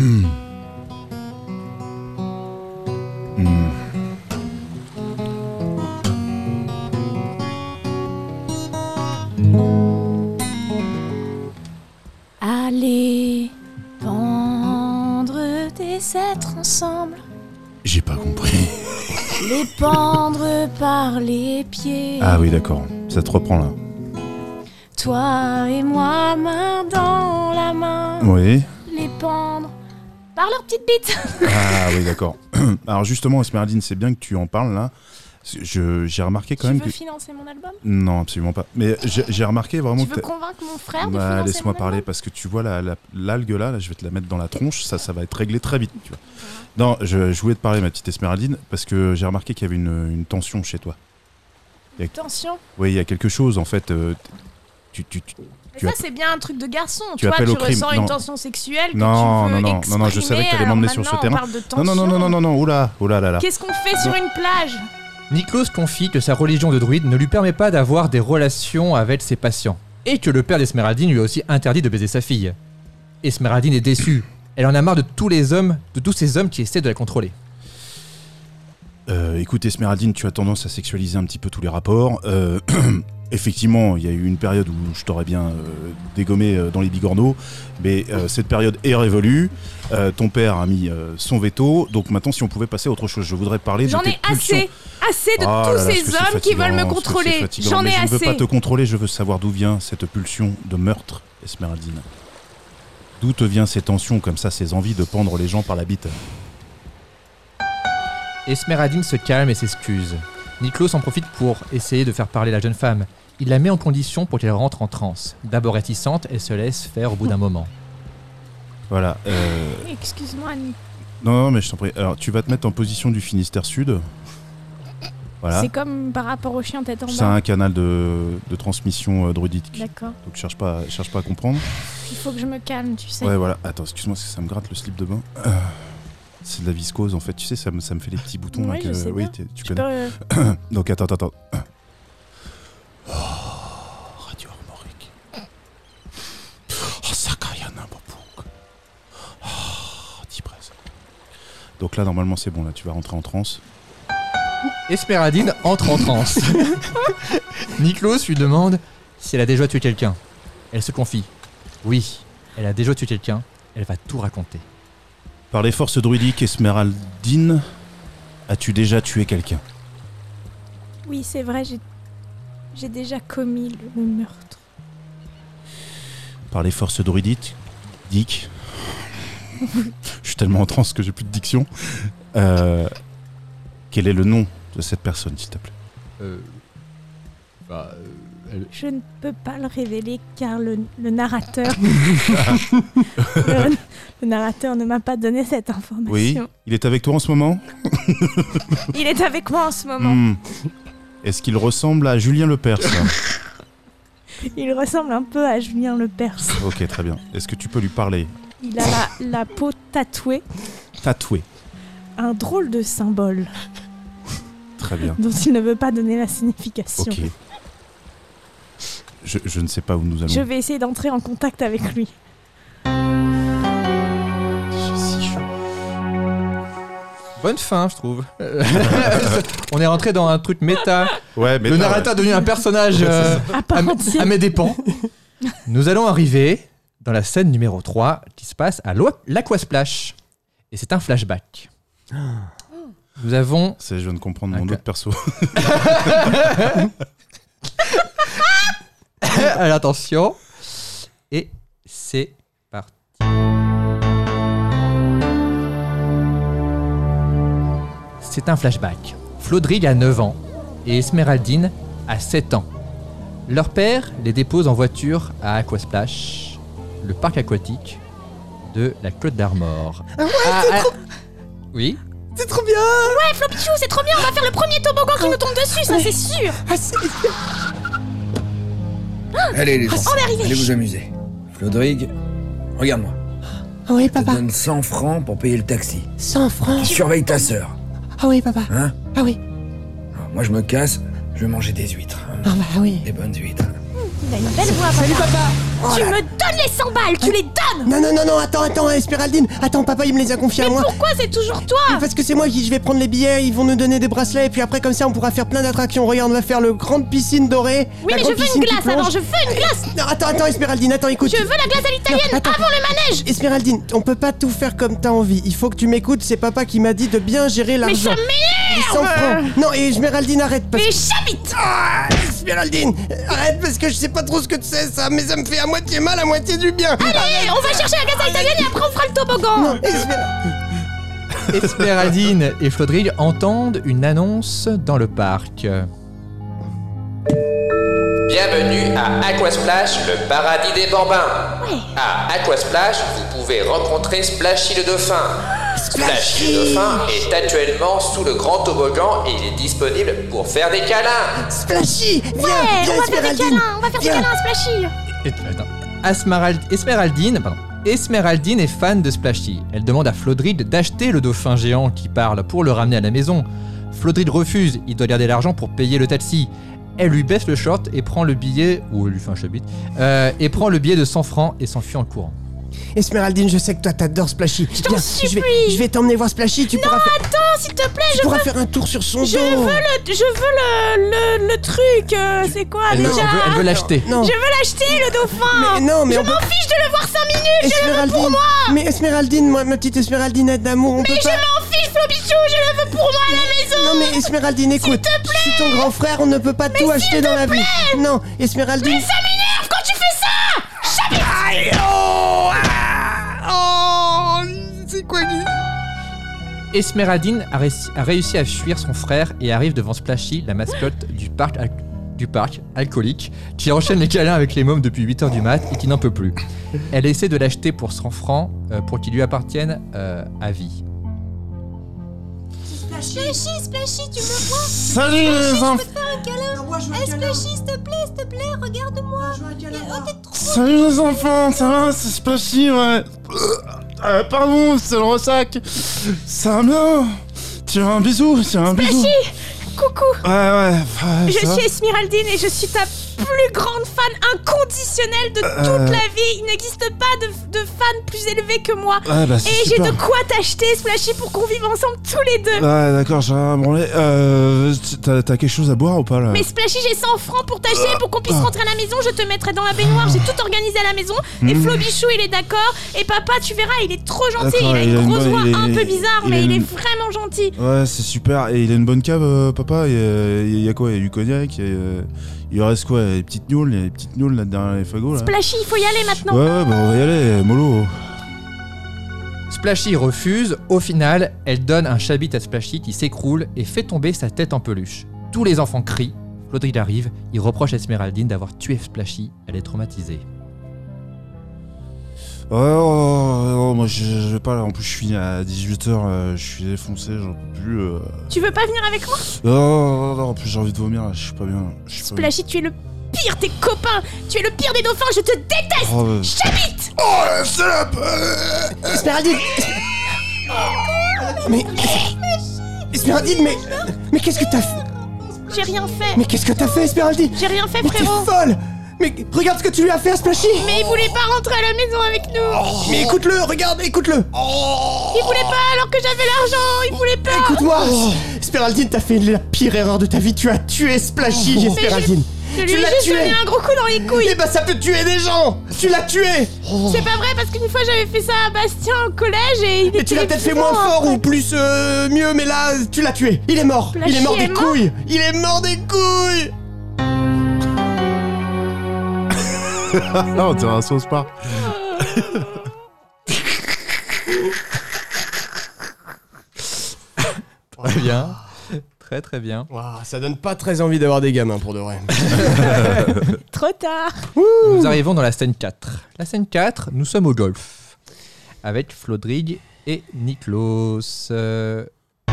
S3: Hmm.
S4: Allez pendre des êtres ensemble,
S3: J'ai pas compris.
S4: les pendre par les pieds.
S3: Ah oui, d'accord. Ça te reprend là.
S4: Toi et moi, main dans la main,
S3: Oui.
S4: les pendre par leurs petites bites.
S3: Ah oui, d'accord. Alors justement, Esmeraldine, c'est bien que tu en parles là. Je- J'ai remarqué quand
S4: Tu
S3: même
S4: veux
S3: que.
S4: financer mon album?
S3: Non, absolument pas. Mais j'ai j'ai remarqué vraiment
S4: Tu
S3: que.
S4: veux
S3: t'as-
S4: convaincre mon frère de
S3: Bah,
S4: financer
S3: laisse-moi
S4: mon
S3: parler
S4: album?
S3: parce que tu vois la- la- l'algue là, là, je vais te la mettre dans la tronche, ça, ça va être réglé très vite. Tu vois. Non, je, je voulais te parler, ma petite Esmeraldine, parce que j'ai remarqué qu'il y avait une, une tension chez toi.
S4: Attention.
S3: Oui, il y a quelque chose en fait. euh, tu, tu, tu-
S4: Mais
S3: Tu
S4: ça,
S3: app-
S4: c'est bien un truc de garçon.
S3: tu
S4: Toi,
S3: appelles
S4: tu
S3: au crime.
S4: ressens
S3: Non.
S4: une tension sexuelle que
S3: Non,
S4: tu veux
S3: non, non, non, non, je savais que t'allais
S4: exprimer,
S3: m'emmener
S4: alors
S3: sur ce
S4: maintenant,
S3: terrain.
S4: on parle de
S3: Non,
S4: tension.
S3: non, non, non, non, non, non, oula, oula là là.
S4: Qu'est-ce qu'on fait sur une plage?
S1: Niklos confie que sa religion de druide ne lui permet pas d'avoir des relations avec ses patients, et que le père d'Esmeraldine lui a aussi interdit de baiser sa fille. Esmeraldine est déçue. Elle en a marre de tous les hommes, de tous ces hommes qui essaient de la contrôler.
S3: Euh, écoute, Esmeraldine, tu as tendance à sexualiser un petit peu tous les rapports. Euh, effectivement, il y a eu une période où je t'aurais bien euh, dégommé euh, dans les bigorneaux, mais euh, cette période est révolue. Euh, ton père a mis euh, son veto, donc maintenant, si on pouvait passer à autre chose, je voudrais parler
S4: J'en
S3: de tes
S4: ai
S3: pulsions.
S4: assez, assez de
S3: Oh
S4: tous
S3: là là, ce
S4: ces
S3: que c'est
S4: hommes qui veulent me
S3: fatigant, ce que c'est
S4: contrôler.
S3: fatigant.
S4: J'en
S3: Mais
S4: ai
S3: je ne veux
S4: assez.
S3: pas te contrôler, je veux savoir d'où vient cette pulsion de meurtre, Esmeraldine. D'où te vient ces tensions comme ça, ces envies de pendre les gens par la bite?
S1: Esmeraldine se calme et s'excuse. Niklos en profite pour essayer de faire parler la jeune femme. Il la met en condition pour qu'elle rentre en transe. D'abord réticente, elle se laisse faire au bout d'un moment.
S3: Voilà. euh,
S4: Excuse-moi, Annie.
S3: Non, non, mais je t'en prie. Alors, tu vas te mettre en position du Finistère Sud. Voilà.
S4: C'est comme par rapport au chien tête en
S3: C'est
S4: bas.
S3: un canal de, de transmission euh, druidique.
S4: D'accord.
S3: Donc, cherche pas, cherche pas à comprendre.
S4: Il faut que je me calme, tu sais.
S3: Ouais, voilà. Attends, excuse-moi, parce que ça me gratte le slip de bain. Euh, c'est de la viscose, en fait. Tu sais, ça me, ça me fait les petits boutons.
S4: Ouais,
S3: là,
S4: je
S3: que,
S4: sais
S3: oui,
S4: bien.
S3: t'es- tu
S4: Tu
S3: connais.
S4: peux, euh,
S3: Donc, attends, attends, attends. Oh, Radio Armorique. Oh, Sakayana Bopuk. Oh, Dipresse. Donc là, normalement, c'est bon. Là, tu vas rentrer en transe.
S1: Esmeraldine entre en transe. Niklos lui demande Si elle a déjà tué quelqu'un, elle se confie. Oui, elle a déjà tué quelqu'un, elle va tout raconter.
S3: Par les forces druidiques, Esmeraldine, as-tu déjà tué quelqu'un?
S4: Oui, c'est vrai, j'ai, j'ai déjà commis le, le meurtre.
S3: Par les forces druidiques, Dick. Je suis tellement en transe que j'ai plus de diction. Euh, quel est le nom de cette personne, s'il te plaît?
S1: Euh... Bah... Euh, elle...
S4: Je ne peux pas le révéler car le, le narrateur... le, le narrateur ne m'a pas donné cette information.
S3: Oui, il est avec toi en ce moment?
S4: Il est avec moi en ce moment.
S3: Hmm. Est-ce qu'il ressemble à Julien Lepers?
S4: Il ressemble un peu à Julien Lepers.
S3: Ok, très bien. Est-ce que tu peux lui parler?
S4: Il a la, la peau tatouée.
S3: Tatoué.
S4: Un drôle de symbole.
S3: Très bien.
S4: Dont il ne veut pas donner la signification.
S3: Ok. Je, je ne sais pas où nous allons.
S4: Je vais essayer d'entrer en contact avec lui.
S1: Bonne fin, je trouve. On est rentré dans un truc méta.
S3: Ouais, mais
S1: le narrateur est devenu un personnage euh,
S4: à, part
S1: à,
S4: entière.
S1: à mes dépens. Nous allons arriver dans la scène numéro trois qui se passe à l'Aquasplash. Et c'est un flashback. Nous avons...
S3: C'est, je viens de comprendre mon
S1: Okay.
S3: autre perso.
S1: Alors attention. Et c'est parti. C'est un flashback. Flodrig a neuf ans et Esmeraldine a sept ans. Leur père les dépose en voiture à Aquasplash, le parc aquatique de la Côte d'Armor.
S2: Ah ouais,
S1: Ah,
S2: c'est
S1: ah,
S2: trop...
S1: Oui.
S2: C'est trop bien.
S4: Ouais, Flopichou, c'est trop bien, on va faire le premier toboggan qui nous tombe dessus, ça c'est sûr.
S2: Ah, c'est...
S5: Allez les enfants,
S4: on est arrivé.
S5: allez vous amuser. Flodrig, regarde-moi.
S2: Ah oui,
S5: Je te
S2: papa.
S5: donne cent francs pour payer le taxi.
S2: cent francs.
S5: Surveille ta sœur,
S2: Ah oui, papa.
S5: hein.
S2: Ah oui.
S5: Alors, moi je me casse, je vais manger des huîtres.
S2: Ah bah oui.
S5: Des bonnes huîtres.
S4: Il a une belle voix,
S2: Salut,
S4: papa.
S2: papa. Oh
S4: Tu
S2: là.
S4: me donnes les cent balles, tu les donnes.
S2: Non, non, non, non, attends, attends, Esmeraldine. Attends, papa, il me les a confiés à moi.
S4: Pourquoi c'est toujours toi?
S2: Parce que c'est moi qui je vais prendre les billets, ils vont nous donner des bracelets, et puis après, comme ça, on pourra faire plein d'attractions. Regarde, on va faire le grande piscine dorée.
S4: Oui,
S2: la
S4: mais je
S2: grande
S4: veux
S2: piscine
S4: une
S2: qui
S4: glace
S2: plonge.
S4: avant, je veux une glace.
S2: Non, attends, attends, Esmeraldine, attends, écoute.
S4: Je veux la glace à l'italienne
S2: Non, attends.
S4: avant le manège.
S2: Esmeraldine, on peut pas tout faire comme t'as envie. Il faut que tu m'écoutes, c'est papa qui m'a dit de bien gérer
S4: Mais
S2: l'argent.
S4: ça
S2: Les cent
S4: m'énerve.
S2: francs. Non, et Esmeraldine, arrête parce
S4: Mais
S2: que...
S4: j'habite.
S2: Ah, Esmeraldine, arrête parce que je sais pas trop ce que c'est ça, mais ça me fait à moitié mal, à moitié du bien.
S4: Allez, on va chercher la glace à l'italienne et après on fera le toboggan.
S2: Non, Esmer-
S1: Esmeraldine et Flodrig entendent une annonce dans le parc.
S6: Bienvenue à Aquasplash, le paradis des bambins.
S4: Ouais.
S6: À Aquasplash, vous pouvez rencontrer Splashy le dauphin. Splashy le dauphin est actuellement sous le grand toboggan et il est disponible pour faire des câlins.
S2: Splashy, viens,
S4: Ouais,
S2: viens
S4: on va faire des
S2: Esmeraldine.
S4: câlins, on va faire des
S2: Viens.
S4: câlins à Splashy.
S1: Et- attends. Asmerald- Esmeraldine, pardon. Esmeraldine est fan de Splashy. Elle demande à Flodrig d'acheter le dauphin géant qui parle pour le ramener à la maison. Flodrig refuse, il doit garder l'argent pour payer le taxi. Elle lui baisse le short et prend le billet, ou elle lui fait un chabit, euh, et prend le billet de cent francs et s'enfuit en courant.
S2: Esmeraldine, je sais que toi t'adores Splashy.
S4: Je t'en
S2: Viens,
S4: supplie.
S2: je vais, je vais t'emmener voir Splashy, tu pourras, faire,
S4: Attends, s'il te plaît,
S2: tu
S4: je
S2: pourras
S4: veux,
S2: faire un tour sur son
S4: je
S2: dos.
S4: veux le, je veux le, le, le truc. euh, c'est quoi
S1: Elle veut,
S4: déjà
S1: elle veut- elle veut l'acheter.
S2: Non,
S4: Je veux l'acheter, le dauphin.
S2: mais non, mais
S4: je
S2: on peut...
S4: m'en fiche de le voir cinq minutes.
S2: Esmeraldine, mais Esmeraldine, moi, ma petite Esmeraldine d'amour, on peut
S4: Je
S2: pas...
S4: m'en fiche, Flobichou, je le veux pour moi à la maison.
S2: Non mais Esmeraldine, écoute, je suis ton grand frère, on ne peut pas tout acheter dans la vie. Non, Esmeraldine...
S4: Ça m'énerve quand tu fais ça. Jamais.
S2: Aïe, oh, ah, oh, c'est quoi qui...
S1: Esmeraldine a réussi, a réussi à fuir son frère et arrive devant Splashy, la mascotte du parc, al- du parc alcoolique, qui enchaîne les câlins avec les mômes depuis huit heures du mat et qui n'en peut plus. Elle essaie de l'acheter pour cent francs euh, pour qu'il lui appartienne euh, à vie.
S7: Splashy, Splashy, tu me vois?
S3: Salut les enfants.
S7: Un câlin. Eh, Splashy, s'il te plaît, s'il te plaît, regarde-moi. Oh, t'es trop...
S3: Salut les enfants, ça va, c'est Splashy, ouais. Euh, pardon, c'est le ressac. Ça va bien. Tu veux un bisou, tu veux un bisou.
S4: coucou.
S3: Ouais, ouais. ouais
S4: Je
S3: ça
S4: suis Esmeraldine et je suis ta plus grande fan inconditionnelle de
S3: Euh.
S4: toute la vie. Il n'existe pas de, de fan plus élevé que moi.
S3: Ouais, bah, c'est
S4: Et j'ai
S3: super.
S4: de quoi t'acheter, Splashy, pour qu'on vive ensemble tous les deux.
S3: Ouais, d'accord, j'ai rien branlé. Euh, t'as, t'as quelque chose à boire ou pas là?
S4: Mais Splashy, j'ai cent francs pour t'acheter, pour qu'on puisse rentrer à la maison. Je te mettrai dans la baignoire. J'ai tout organisé à la maison. Et
S3: Mhm.
S4: Flo Bichou, il est d'accord. Et papa, tu verras, il est trop gentil.
S3: D'accord,
S4: Il a
S3: il
S4: une
S3: a une
S4: grosse
S3: bonne-
S4: voix
S3: il est-
S4: un peu bizarre,
S3: il
S4: mais
S3: a
S4: il est
S3: une-
S4: vraiment gentil.
S3: Ouais, c'est super. Et il a une bonne cave, euh, papa. Il y, a, il y a quoi? Il y a du cognac. Il, y a, euh, il reste quoi? Les petites gnoules, les petites gnoules là derrière les fagots là.
S4: Splashy, il faut y aller maintenant.
S3: Ouais, ouais, bah on va y aller, mollo.
S1: Splashy refuse. Au final, elle donne un chabit à Splashy qui s'écroule et fait tomber sa tête en peluche. Tous les enfants crient. Flodrig arrive. Il reproche à Esmeraldine d'avoir tué Splashy. Elle est traumatisée.
S3: Ouais, oh, oh, moi je, je vais pas là. En plus, je finis à dix-huit heures. Je suis défoncé, j'en peux plus. Euh...
S4: Tu veux pas venir avec moi?
S3: Oh, non, non, en plus, j'ai envie de vomir là. Je suis pas bien. Je suis pas bien.
S4: Splashy, tu es le pire des copains. Tu es le pire des dauphins. Je te déteste.
S3: Oh, euh,
S4: Chabit.
S3: oh la salope.
S2: Esmeraldine Mais... Esmeraldine, mais... Mais qu'est-ce que t'as fait?
S4: J'ai rien fait.
S2: Mais qu'est-ce que t'as fait, Esmeraldine?
S4: J'ai rien fait,
S2: Mais t'es
S4: frérot.
S2: folle! Mais regarde ce que tu lui as fait à Splashy!
S4: Mais il voulait pas rentrer à la maison avec nous.
S2: Mais écoute-le, regarde, écoute-le!
S4: Il voulait pas alors que j'avais l'argent. Il voulait pas.
S2: Écoute-moi! Esmeraldine, t'as fait la pire erreur de ta vie, tu as tué Splashy, Esmeraldine!
S4: Je lui
S2: Tu
S4: ai
S2: l'as
S4: juste
S2: tué.
S4: donné un gros coup dans les couilles.
S2: Eh bah ça peut tuer des gens! Tu l'as tué!
S4: C'est pas vrai parce qu'une fois j'avais fait ça à Bastien au collège et il
S2: Mais tu l'as
S4: était
S2: peut-être fait
S4: vivant,
S2: moins fort
S4: après.
S2: ou plus euh, mieux, mais là, tu l'as tué! Il est mort!
S4: Splashy
S2: Il est mort
S4: est
S2: des
S4: mort
S2: couilles! Il est mort des couilles!
S3: Ah, on dirait un sauce pas.
S1: Très bien. Très très bien.
S2: Waouh, ça donne pas très envie d'avoir des gamins pour de vrai.
S4: Trop tard.
S1: Nous arrivons dans la scène quatre. La scène quatre, nous sommes au golf. Avec Flodrig et Niklos. Euh,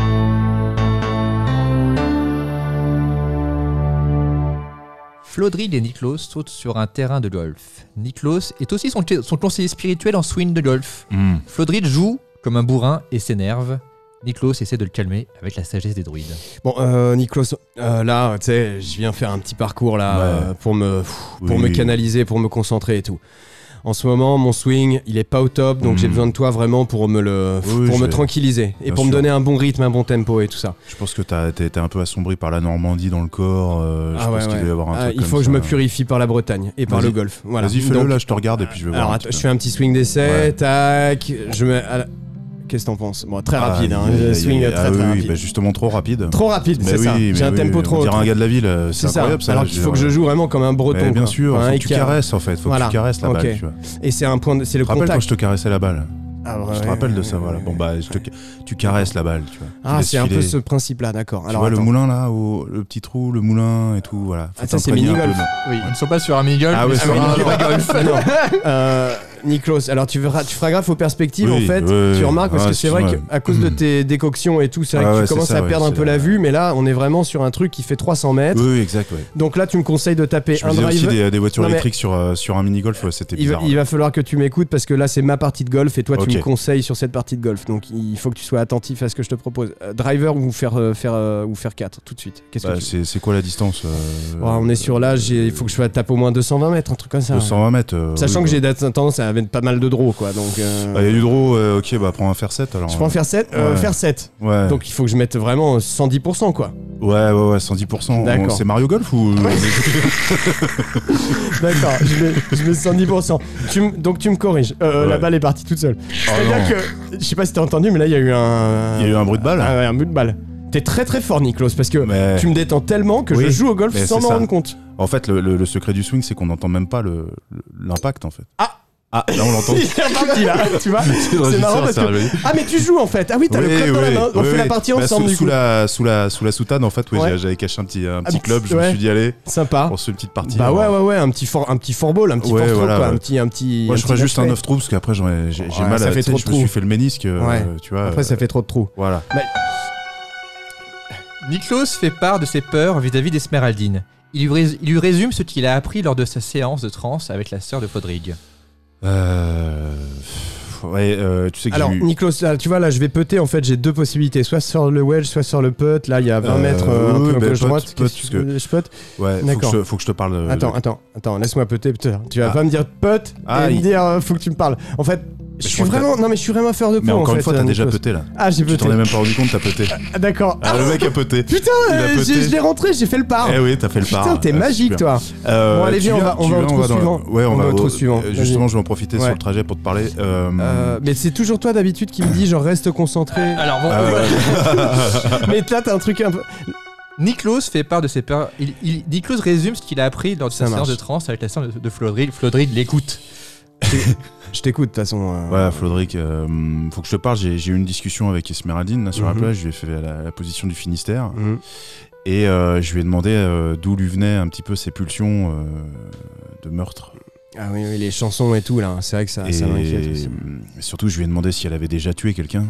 S1: Flodrig et Niklos sautent sur un terrain de golf. Niklos est aussi son, son conseiller spirituel en swing de golf.
S3: Mm.
S1: Flodrig joue comme un bourrin et s'énerve. Niklos essaie de le calmer avec la sagesse des druides.
S2: Bon, euh, Niklos, euh, là, tu sais, je viens faire un petit parcours là
S3: Ouais.
S2: euh, pour me pff, pour
S3: Oui.
S2: me canaliser, pour me concentrer et tout. En ce moment, mon swing, il est pas au top, donc
S3: Mm.
S2: j'ai besoin de toi vraiment pour me le
S3: Oui,
S2: pour
S3: je
S2: me
S3: vais-
S2: tranquilliser et
S3: Bien
S2: pour me
S3: sûr.
S2: donner un bon rythme, un bon tempo et tout ça.
S3: Je pense que t'as t'as été un peu assombri par la Normandie dans le corps. euh, je
S2: Ah
S3: pense
S2: ouais,
S3: qu'il
S2: ouais.
S3: doit y avoir un
S2: Ah,
S3: truc
S2: il
S3: comme
S2: faut que je
S3: ça.
S2: me purifie par la Bretagne et par
S3: Vas-y.
S2: le golf. Voilà.
S3: Vas-y, fais-le
S2: Donc,
S3: là, je te regarde et puis je vais voir.
S2: alors
S3: un
S2: attends,
S3: petit
S2: je
S3: peu.
S2: fais un petit swing d'essai,
S3: Ouais.
S2: tac, je me à la- Qu'est-ce que t'en penses? Bon, très rapide,
S3: Ah,
S2: hein,
S3: aïe,
S2: je
S3: aïe,
S2: swing
S3: aïe,
S2: très
S3: ah
S2: très
S3: oui,
S2: rapide.
S3: bah justement trop rapide.
S2: Trop rapide,
S3: Mais
S2: c'est
S3: oui,
S2: ça.
S3: mais
S2: J'ai un
S3: oui,
S2: tempo
S3: oui,
S2: trop.
S3: On dirait
S2: trop-
S3: un gars de la ville, euh, c'est
S2: C'est ça.
S3: incroyable ça.
S2: Alors
S3: je
S2: qu'il
S3: veux
S2: faut que
S3: dire.
S2: je joue vraiment comme un breton.
S3: Mais bien
S2: quoi.
S3: sûr,
S2: Hein,
S3: faut
S2: et
S3: que tu
S2: qui a-
S3: caresses en fait, faut
S2: Voilà.
S3: que tu caresses la
S2: Ok.
S3: balle, tu vois.
S2: Et c'est un point, de- c'est le
S3: Tu te rappelles quand
S2: contact.
S3: je te caressais la balle?
S2: Ah,
S3: Je te
S2: ouais,
S3: rappelle de
S2: ouais,
S3: ça,
S2: ouais,
S3: voilà.
S2: ouais.
S3: Bon bah, je te- tu caresses la balle, tu vois. Tu
S2: Ah,
S3: laisses
S2: c'est un peu
S3: filer.
S2: ce principe-là, d'accord.
S3: Tu
S2: Alors
S3: vois le
S2: attends.
S3: moulin là, au- le petit trou, le moulin et tout, voilà. Faut
S2: Ah, ça, c'est
S3: t'imprégner un
S2: mini-golf.
S3: peu
S1: Oui, ils ne sont pas sur un mini-golf,
S3: Ah
S1: mais
S3: ouais,
S1: sur
S3: sur
S1: un
S3: un
S1: vrai golf.
S2: Ah non. Euh, Niklos, alors tu verras, tu feras gaffe aux perspectives
S3: Oui,
S2: en fait.
S3: oui,
S2: tu
S3: oui.
S2: remarques parce
S3: Ah,
S2: que c'est vrai
S3: excuse-moi.
S2: qu'à cause de tes décoctions et tout, c'est vrai
S3: Ah
S2: que
S3: ouais,
S2: tu
S3: c'est
S2: commences
S3: ça,
S2: à
S3: ouais,
S2: perdre un
S3: c'est
S2: peu
S3: la-
S2: la vue, mais là on est vraiment sur un truc qui fait trois cents mètres.
S3: Oui, oui, exact, ouais.
S2: Donc là tu me conseilles de taper
S3: Je me
S2: un
S3: disais aussi
S2: driver.
S3: des, des voitures
S2: Non, mais-
S3: électriques sur, euh, sur un mini-golf, ouais, c'était
S2: Il va,
S3: bizarre.
S2: il va falloir que tu m'écoutes parce que là c'est ma partie de golf et toi
S3: Ok.
S2: tu me conseilles sur cette partie de golf. Donc il faut que tu sois attentif à ce que je te propose. Euh, driver ou faire euh, faire euh, ou faire quatre tout de suite. Qu'est-ce
S3: Bah,
S2: que tu
S3: c'est c'est quoi la distance euh,
S2: Ouais, on est sur là, j'ai- il faut que je tape au moins deux cent vingt mètres, un truc comme ça.
S3: deux cent vingt mètres. euh,
S2: Sachant
S3: oui,
S2: que
S3: bah.
S2: j'ai tendance à mettre pas mal de draw quoi. Donc euh,
S3: Ah, il y a du draw, euh, ok, bah prends un fer sept alors.
S2: je prends faire sept, euh,
S3: Ouais.
S2: faire sept.
S3: Ouais.
S2: Donc il faut que je mette vraiment cent dix pour cent quoi.
S3: Ouais, ouais, ouais, cent dix pour cent.
S2: D'accord.
S3: C'est Mario Golf ou.
S2: D'accord, je mets, je mets cent dix pour cent. Tu m- donc tu me corriges. Euh,
S3: Ouais.
S2: La balle est partie toute seule.
S3: Oh
S2: C'est-à-dire
S3: non.
S2: que, je sais pas si t'as entendu, mais là il y a eu un.
S3: Il y a eu un bruit de balle.
S2: Ah ouais, un but de balle. T'es très très fort Niklos parce que
S3: Mais-
S2: tu me détends tellement que
S3: Oui,
S2: je joue au golf
S3: mais
S2: sans
S3: c'est
S2: m'en
S3: ça.
S2: rendre compte.
S3: En fait, le, le- le secret du swing, c'est qu'on n'entend même pas le- le- l'impact en fait.
S2: Ah
S3: Ah, là on l'entend.
S2: Il est reparti là, tu vois.
S3: C'est le
S2: C'est
S3: régisseur,
S2: marrant parce
S3: c'est
S2: que.
S3: arrivé.
S2: Ah mais tu joues en fait. Ah oui, t'as
S3: Oui,
S2: le club dans la
S3: oui,
S2: main. On
S3: oui,
S2: fait la
S3: oui.
S2: partie
S3: Bah,
S2: ensemble
S3: sous,
S2: du
S3: sous
S2: coup.
S3: la, sous, la, sous la soutane, en fait, oui,
S2: Ouais.
S3: j'ai- j'avais caché un petit, un petit
S2: petit-
S3: club. Je
S2: ouais.
S3: me suis dit, allez,
S2: Sympa.
S3: on se fait une petite partie.
S2: Bah
S3: alors.
S2: ouais ouais ouais, un petit for, un petit forball, un petit
S3: Ouais,
S2: four
S3: voilà,
S2: quoi,
S3: ouais.
S2: un petit un petit.
S3: Moi,
S2: un
S3: je ferais
S2: petit
S3: juste un
S2: match
S3: neuf trous parce qu'après, j'en ai- j'ai j'ai
S2: Ouais,
S3: mal
S2: ça
S3: à
S2: fait
S3: tu sais,
S2: trop de
S3: Je me suis
S2: trous.
S3: fait le ménisque. euh,
S2: Ouais.
S3: Tu vois.
S2: Après ça
S3: euh,
S2: fait trop de trous.
S3: Voilà.
S1: Niklos fait part de ses peurs vis-à-vis d'Esmeraldine. Il lui, rés- il lui résume ce qu'il a appris lors de sa séance de transe avec la sœur de Flodrig.
S3: Euh... pff, ouais, euh, tu sais que
S2: Alors,
S3: j'ai eu...
S2: Niklos, là, tu vois, là, je vais putter. En fait, j'ai deux possibilités. Soit sur le wedge, soit sur le putt. Là, il y a vingt
S3: Euh,
S2: mètres, euh, un
S3: oui,
S2: peu
S3: bah,
S2: gauche
S3: putt,
S2: droite.
S3: putt,
S2: Qu'est-ce
S3: parce
S2: que
S3: que-
S2: je putt
S3: Ouais, faut que,
S2: D'accord.
S3: je, te- faut que je te parle. de-
S2: Attends,
S3: de-
S2: attends, attends, laisse-moi putter. Putain, tu vas
S3: Ah.
S2: pas me dire putt
S3: Ah,
S2: et me
S3: il-
S2: dire euh, faut que tu me parles. En fait, je
S3: je
S2: suis
S3: crois que
S2: vraiment, non mais je suis vraiment fleur de peau.
S3: Mais
S2: en
S3: encore
S2: fait,
S3: une fois,
S2: euh,
S3: t'as déjà
S2: Niklos.
S3: pété là.
S2: Ah, j'ai
S3: Tu
S2: pété.
S3: t'en es même pas rendu compte, t'as pété.
S2: Ah, d'accord.
S3: Ah, le mec a pété.
S2: Putain,
S3: Il a
S2: euh,
S3: pété.
S2: j'ai- je l'ai rentré, j'ai fait le par.
S3: Eh oui, t'as fait le par.
S2: Putain, t'es
S3: Ah,
S2: magique,
S3: super.
S2: toi.
S3: Euh,
S2: Bon, allez,
S3: tu
S2: viens, on va- on
S3: tu
S2: va au
S3: viens,
S2: trou
S3: dans-
S2: suivant.
S3: Ouais, on,
S2: On
S3: va
S2: va au
S3: au
S2: trou suivant.
S3: euh,
S2: Vas-y.
S3: Justement, je vais en profiter
S2: Ouais.
S3: sur le trajet pour te parler. Euh,
S2: Euh, mais c'est toujours toi d'habitude qui me dis genre reste concentré.
S1: Alors bon,
S3: ah ouais.
S2: Mais là t'as un truc un peu.
S1: Niklos fait part de ses peurs. Il, il- Niklos résume ce qu'il a appris lors de
S2: Ça
S1: sa séance
S2: marche.
S1: de transe avec la séance de, de Flodrig. Flodrig l'écoute.
S2: Je t'écoute de toute façon. euh,
S3: Ouais, Flodric, euh, faut que je te parle. J'ai j'ai eu une discussion avec Esmeraldine là, sur la
S2: Mhm.
S3: plage. Je lui ai fait la, la position du Finistère.
S2: mhm.
S3: Et euh, je lui ai demandé euh, d'où lui venaient un petit peu ses pulsions euh, de meurtre.
S2: Ah oui, oui, les chansons et tout là, c'est vrai que ça,
S3: et
S2: ça m'inquiète aussi.
S3: euh, surtout, je lui ai demandé si elle avait déjà tué quelqu'un.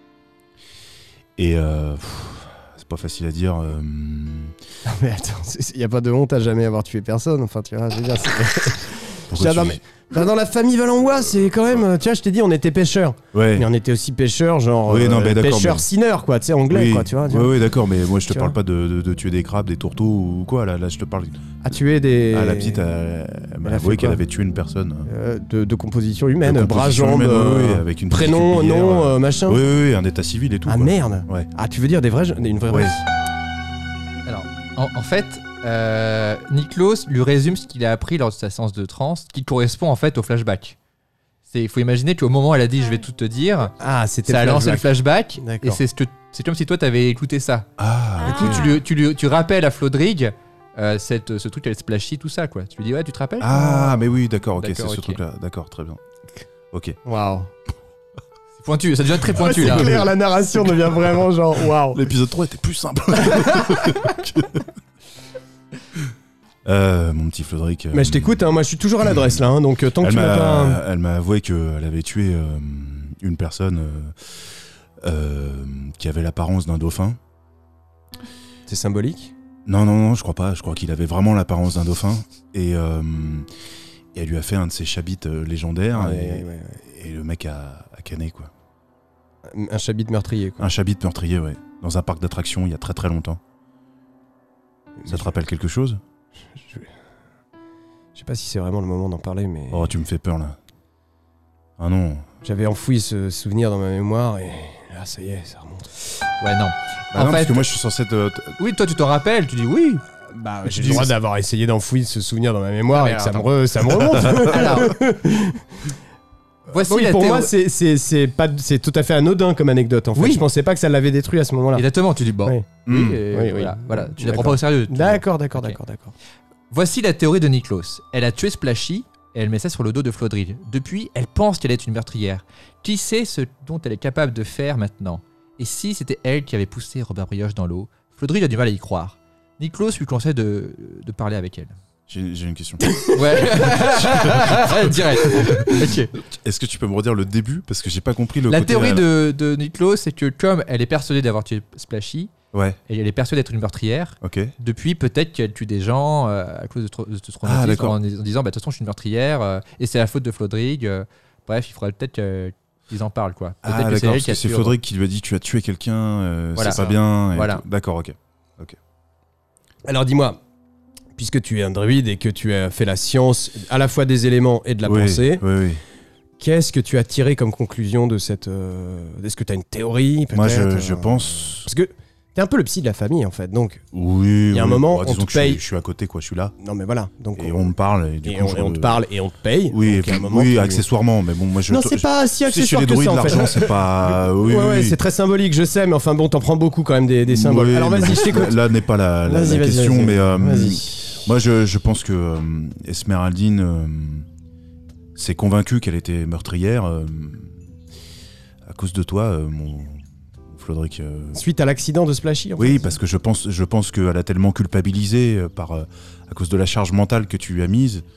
S3: Et euh, pff, c'est pas facile à dire. euh,
S2: Non, mais attends, il y a pas de honte à jamais avoir tué personne. Enfin, tu vois, je veux dire. c'est-
S3: pourquoi
S2: Non,
S3: tu-
S2: mais- Enfin, dans la famille Valenbois, c'est quand même. Tu vois, je t'ai dit, on était pêcheurs.
S3: Ouais.
S2: Mais on était aussi pêcheurs, genre.
S3: Oui, non,
S2: euh,
S3: mais d'accord,
S2: pêcheurs
S3: mais-
S2: sineurs, quoi, tu sais, anglais,
S3: oui,
S2: quoi, tu vois. tu
S3: ouais,
S2: vois.
S3: ouais, d'accord, mais moi je te
S2: Tu
S3: parle
S2: vois.
S3: pas de, de- de tuer des crabes, des tourteaux ou quoi. Là, là je te parle.
S2: À tuer des.
S3: Ah, la petite, elle, elle m'a
S2: Elle a
S3: avoué
S2: fait
S3: qu'elle
S2: quoi
S3: avait tué une personne.
S2: euh, de, de composition humaine,
S3: De
S2: bras,
S3: composition
S2: jambes,
S3: humaine,
S2: euh,
S3: ouais, ouais, avec une
S2: prénom,
S3: petite
S2: nom,
S3: cuillère,
S2: euh, machin.
S3: Oui, oui, oui, un état civil et tout.
S2: Ah
S3: quoi.
S2: merde.
S3: Ouais.
S2: Ah, tu veux dire des vrais, une vraie.
S3: Ouais.
S1: Alors, en, en fait, euh, Niklos lui résume ce qu'il a appris lors de sa séance de transe, qui correspond en fait au flashback. Il faut imaginer qu'au moment où elle a dit je vais tout te dire,
S2: Ah, c'était.
S1: ça a
S2: le
S1: lancé le
S2: flashback.
S1: flashback,
S2: D'accord.
S1: et c'est ce que c'est comme si toi t'avais écouté ça.
S3: Ah,
S1: Du coup,
S4: Ah.
S1: tu, lui, tu, lui- tu rappelles à Flodrig euh, cette, ce truc, elle splashy, tout ça, quoi. Tu lui dis, ouais, tu te rappelles
S3: ah, mais oui, d'accord, ok, c'est
S1: D'accord,
S3: ce
S1: ok.
S3: truc-là. D'accord, très bien. Ok.
S2: Waouh.
S1: C'est pointu, ça devient très
S2: Ouais,
S1: pointu
S2: c'est
S1: là.
S2: clair, la narration devient vraiment genre waouh.
S3: L'épisode trois était plus simple. euh, mon petit Flodric. euh,
S2: Mais je t'écoute, hein, moi je suis toujours à l'adresse là, hein, donc euh, tant que
S3: Elle
S2: tu m'as pas.
S3: m'a elle m'a avoué qu'elle avait tué euh, une personne euh, euh, qui avait l'apparence d'un dauphin.
S2: C'est symbolique.
S3: Non, non, non, je crois pas. Je crois qu'il avait vraiment l'apparence d'un dauphin. Et, euh, et elle lui a fait un de ses chabits euh, légendaires.
S2: Ouais,
S3: et,
S2: ouais, ouais.
S3: et le mec a, a canné, quoi.
S2: Un chabit meurtrier, quoi.
S3: Un chabit meurtrier, ouais. Dans un parc d'attractions il y a très très longtemps. Ça te rappelle quelque chose?
S2: Je... je sais pas si c'est vraiment le moment d'en parler, mais.
S3: Oh, tu me fais peur là. Ah non.
S2: J'avais enfoui ce souvenir dans ma mémoire et là, ça y est, ça remonte.
S1: Ouais, non.
S3: Bah
S1: En
S3: non, parce
S1: fait-
S3: que moi je suis censé te. te-
S1: Oui, toi, tu t'en rappelles, tu dis oui.
S2: Bah,
S1: j'ai
S2: j'ai
S1: le
S2: le
S1: droit
S2: droit d'avoir essayé d'enfouir ce souvenir dans ma mémoire
S1: Ah,
S2: et
S1: mais
S2: que ça me,
S1: attends.
S2: re- ça me remonte.
S1: Alors, voici
S2: Oui,
S1: la
S2: pour
S1: théo-
S2: moi, c'est, c'est, c'est, pas, c'est tout à fait anodin comme anecdote en fait.
S1: Oui.
S2: Je pensais pas que ça l'avait détruit à ce moment-là.
S1: Exactement, tu dis bon.
S2: Oui.
S1: Oui,
S3: Hmm.
S1: et
S2: Oui, oui.
S1: voilà, voilà, tu la prends
S2: D'accord.
S1: pas au sérieux. tu-
S2: D'accord, d'accord,
S1: Ok.
S2: d'accord, d'accord.
S1: Voici la théorie de Niklos. Elle a tué Splashy et elle met ça sur le dos de Flodrig. Depuis, elle pense qu'elle est une meurtrière. Qui sait ce dont elle est capable de faire maintenant? Et si c'était elle qui avait poussé Robert Brioche dans l'eau? Flodrig a du mal à y croire. Niklos lui conseille de, de parler avec elle.
S3: J'ai j'ai une question.
S1: Ouais. Direct. Ok.
S3: Est-ce que tu peux me redire le début? Parce que j'ai pas compris le
S1: La
S3: côté.
S1: théorie de, de Niklos, c'est que comme elle est persuadée d'avoir tué Splashy,
S3: Ouais,
S1: et elle est persuadée d'être une meurtrière,
S3: ok.
S1: depuis peut-être qu'elle tue des gens euh, à cause de, tro- de ce
S3: Ah,
S1: traumatisme
S3: d'accord.
S1: en, en disant bah, de toute façon je suis une meurtrière euh, et c'est la faute de Flodrig. euh, bref, il faudrait peut-être que- qu'ils en parlent quoi. Peut-être
S3: Ah,
S1: que c'est
S3: d'accord,
S1: elle
S3: parce
S1: qui a
S3: que c'est
S1: tué
S3: Flodrig qui lui a dit tu as tué quelqu'un, euh,
S1: Voilà.
S3: c'est pas bien. et
S1: Voilà.
S3: tout. D'accord, ok.
S2: Alors dis-moi, puisque tu es un druide et que tu as fait la science à la fois des éléments et de la
S3: oui,
S2: pensée,
S3: Oui, oui.
S2: qu'est-ce que tu as tiré comme conclusion de cette. euh, Est-ce que tu as une théorie peut-être
S3: Moi, je,
S2: euh,
S3: je pense.
S2: Parce que t'es un peu le psy de la famille en fait, donc.
S3: Oui.
S2: Il y a un
S3: oui.
S2: moment,
S3: Bon,
S2: on
S3: disons
S2: te
S3: que je suis-
S2: paye.
S3: Je suis à côté, quoi. Je suis là.
S2: Non mais voilà. Donc
S3: Et on me parle. Et, du
S2: et
S3: coup,
S2: on,
S3: je
S2: et on
S3: re-
S2: te parle et on te paye.
S3: Oui, et
S2: donc, à
S3: puis,
S2: un moment,
S3: oui
S2: tu-
S3: accessoirement. Mais bon, moi, je.
S2: Non,
S3: je-
S2: c'est pas si
S3: Tu sais, chez
S2: accessoire
S3: les
S2: que
S3: druides,
S2: ça en fait.
S3: l'argent, c'est pas. Oui,
S2: ouais,
S3: oui,
S2: ouais,
S3: oui.
S2: c'est très symbolique, je sais, mais enfin bon, t'en prends beaucoup quand même des, des symboles.
S3: Oui,
S2: Alors
S3: mais
S2: vas-y,
S3: bon,
S2: je t'écoute.
S3: Là n'est pas la, la-
S2: Vas-y,
S3: la
S2: vas-y,
S3: question,
S2: vas-y.
S3: mais euh,
S2: Vas-y.
S3: moi je, je pense que euh, Esmeraldine euh, s'est convaincue qu'elle était meurtrière euh, à cause de toi, euh, mon Flodric. euh.
S2: Suite à l'accident de Splashy en
S3: Oui,
S2: fait.
S3: parce que je pense, je pense qu'elle a tellement culpabilisé euh, par, euh, à cause de la charge mentale que tu lui as mise.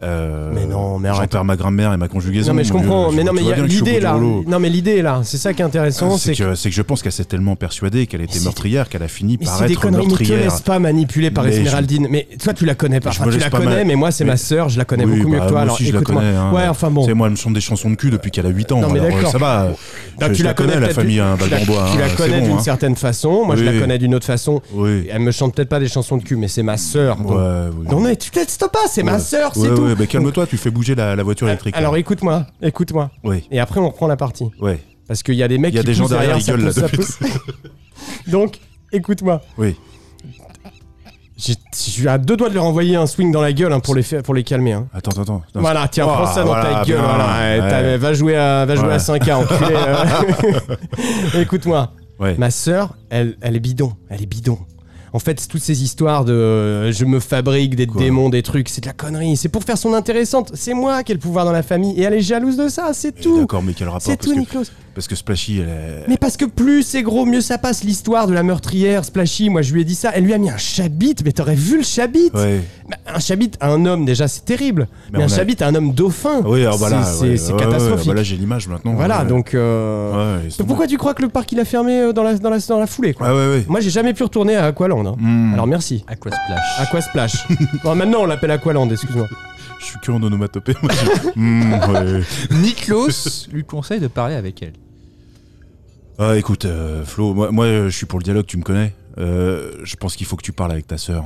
S3: Euh,
S2: Mais non, mais
S3: J'en
S2: arrête.
S3: perds ma grammaire et ma conjugaison.
S2: Non mais je
S3: mon
S2: comprends,
S3: vieux.
S2: mais
S3: Je-
S2: non mais
S3: tu
S2: il y
S3: vois
S2: a
S3: bien que je suis au
S2: l'idée
S3: bout du
S2: là.
S3: rouleau.
S2: Non mais l'idée est là, c'est ça qui est intéressant,
S3: C'est
S2: c'est que
S3: que, c'est que je pense qu'elle s'est tellement persuadée qu'elle était
S2: c'est-
S3: meurtrière qu'elle a fini
S2: mais
S3: par
S2: c'est des
S3: être
S2: conneries, ne te
S3: meurtrière.
S2: laisse pas manipuler par
S3: Mais je-
S2: Esmeraldine. Mais toi tu la connais pas,
S3: Je
S2: enfin
S3: me
S2: tu
S3: laisse
S2: la
S3: pas
S2: connais,
S3: mal-
S2: mais moi c'est
S3: mais-
S2: ma sœur, je la connais
S3: Oui,
S2: beaucoup mieux
S3: bah,
S2: que toi.
S3: moi
S2: Alors
S3: aussi, je la
S2: écoute-moi.
S3: connais, hein.
S2: Ouais, enfin bon.
S3: C'est moi, elle me chante des chansons de cul depuis qu'elle a huit ans.
S2: Non, mais
S3: alors,
S2: d'accord.
S3: ça va.
S2: Ah,
S3: je,
S2: tu
S3: je
S2: la
S3: la connais,
S2: connais
S3: la
S2: peut-être
S3: famille
S2: du-
S3: hein,
S2: tu la-
S3: Balban-Bois.
S2: Tu la
S3: hein, c'est
S2: connais
S3: bon,
S2: d'une
S3: hein.
S2: certaine façon, moi je la
S3: Oui.
S2: connais d'une autre façon.
S3: Oui.
S2: Elle me chante peut-être pas des chansons de cul, mais c'est ma sœur. donc-
S3: Ouais, oui.
S2: Non mais tu te laisses pas, c'est ma
S3: Ouais.
S2: sœur, c'est
S3: Ouais,
S2: tout.
S3: ouais, bah calme-toi, tu fais bouger la, la voiture électrique.
S2: Alors
S3: là.
S2: écoute-moi, écoute-moi.
S3: Oui,
S2: Et après on reprend la partie.
S3: ouais.
S2: Parce qu'il y a des mecs
S3: Il y a
S2: qui
S3: des gens
S2: poussent
S3: derrière, ils
S2: ça
S3: gueulent là
S2: pousse, ça
S3: depuis.
S2: pousse. Donc, écoute-moi.
S3: Oui.
S2: J'ai- Je suis à deux doigts de leur envoyer un swing dans la gueule hein, pour, les faire, pour les calmer. Hein.
S3: Attends, attends, attends.
S2: Voilà, tiens,
S3: Oh,
S2: prends ça dans
S3: voilà,
S2: ta gueule.
S3: bien.
S2: Voilà. Ouais,
S3: Ouais.
S2: t'as- Va jouer à, va jouer
S3: Ouais.
S2: à cinq A, enculé. euh. Écoute-moi,
S3: Ouais.
S2: ma sœur, elle, elle est bidon. Elle est bidon. En fait, c'est toutes ces histoires de euh, je me fabrique des
S3: Quoi
S2: démons, des trucs, c'est de la connerie. C'est pour faire son intéressante. C'est moi qui ai le pouvoir dans la famille et elle est jalouse de ça, c'est
S3: Mais
S2: tout.
S3: D'accord, mais quel rapport
S2: C'est
S3: parce
S2: tout,
S3: que,
S2: Niklos.
S3: parce que Splashy, elle est...
S2: Mais parce que plus c'est gros, mieux ça passe. L'histoire de la meurtrière, Splashy, moi je lui ai dit ça. Elle lui a mis un chabit, mais t'aurais vu le chabit.
S3: Ouais.
S2: Bah, un chabit à un homme, déjà, c'est terrible. Mais,
S3: Mais
S2: un
S3: on a-
S2: chabit à un homme dauphin,
S3: Oui, alors bah là,
S2: c'est
S3: ouais,
S2: c'est
S3: ouais,
S2: catastrophique.
S3: Ouais, bah là, j'ai l'image maintenant.
S2: Voilà,
S3: ouais.
S2: donc. euh,
S3: Ouais, laisse
S2: donc pourquoi tu crois que le parc il a fermé euh, dans la, dans la, dans la foulée quoi
S3: tomber. Ouais, ouais, ouais.
S2: Moi j'ai jamais pu retourner à Aqualand. Hein.
S3: Hmm.
S2: Alors merci.
S1: Aquasplash.
S2: Aquasplash. Bon, maintenant on l'appelle Aqualand, excuse-moi.
S3: Je suis que en onomatopée. moi, je- Hmm, ouais.
S1: Niklos lui conseille de parler avec elle.
S3: Ah, écoute, euh, Flo, moi, moi, euh, je suis pour le dialogue, tu me connais. Euh, je pense qu'il faut que tu parles avec ta sœur.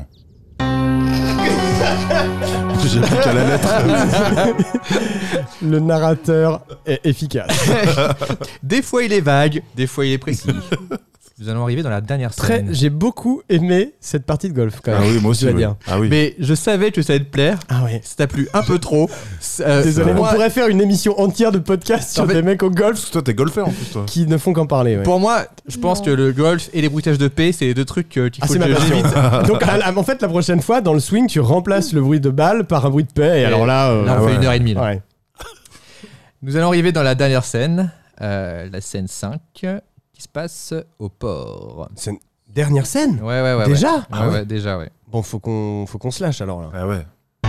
S3: J'applique à la lettre.
S2: Le narrateur est efficace.
S1: Des fois il est vague, des fois il est précis. Nous allons arriver dans la dernière
S2: Très,
S1: scène.
S2: j'ai beaucoup aimé cette partie de golf quand même.
S3: Ah oui, moi aussi.
S2: je dois
S3: ouais.
S2: dire.
S3: Ah oui.
S1: Mais je savais que ça allait te plaire.
S2: Ah ouais.
S1: Ça t'a plu un peu trop. Euh,
S2: Désolé,
S1: pour
S2: on
S1: moi,
S2: pourrait faire une émission entière de podcast sur
S1: En fait-
S2: des mecs au golf
S3: Parce que toi, t'es golfeur en plus, toi.
S2: qui ne font qu'en parler. Ouais.
S1: pour moi, je pense
S4: Non.
S1: que le golf et les bruitages de paix, c'est les deux trucs euh, qu'il
S2: Ah,
S1: faut
S2: c'est
S1: que
S2: ma passion.
S1: j'évite.
S2: Donc, à la- en fait, la prochaine fois, dans le swing, tu remplaces le bruit de balle par un bruit de paix. Et,
S1: Et
S2: alors là, euh,
S1: Là, on
S3: Ah
S1: fait
S3: ouais.
S1: une heure et demie. là.
S2: ouais.
S1: Nous allons arriver dans la dernière scène, euh, la scène cinq, qui se passe au port.
S2: C'est une dernière scène.
S1: Ouais, ouais, ouais.
S2: Déjà
S1: ouais.
S2: Ah
S1: Ouais,
S2: ouais.
S1: ouais, déjà, ouais.
S2: Bon, faut qu'on, faut qu'on se lâche alors là.
S3: Ah ouais.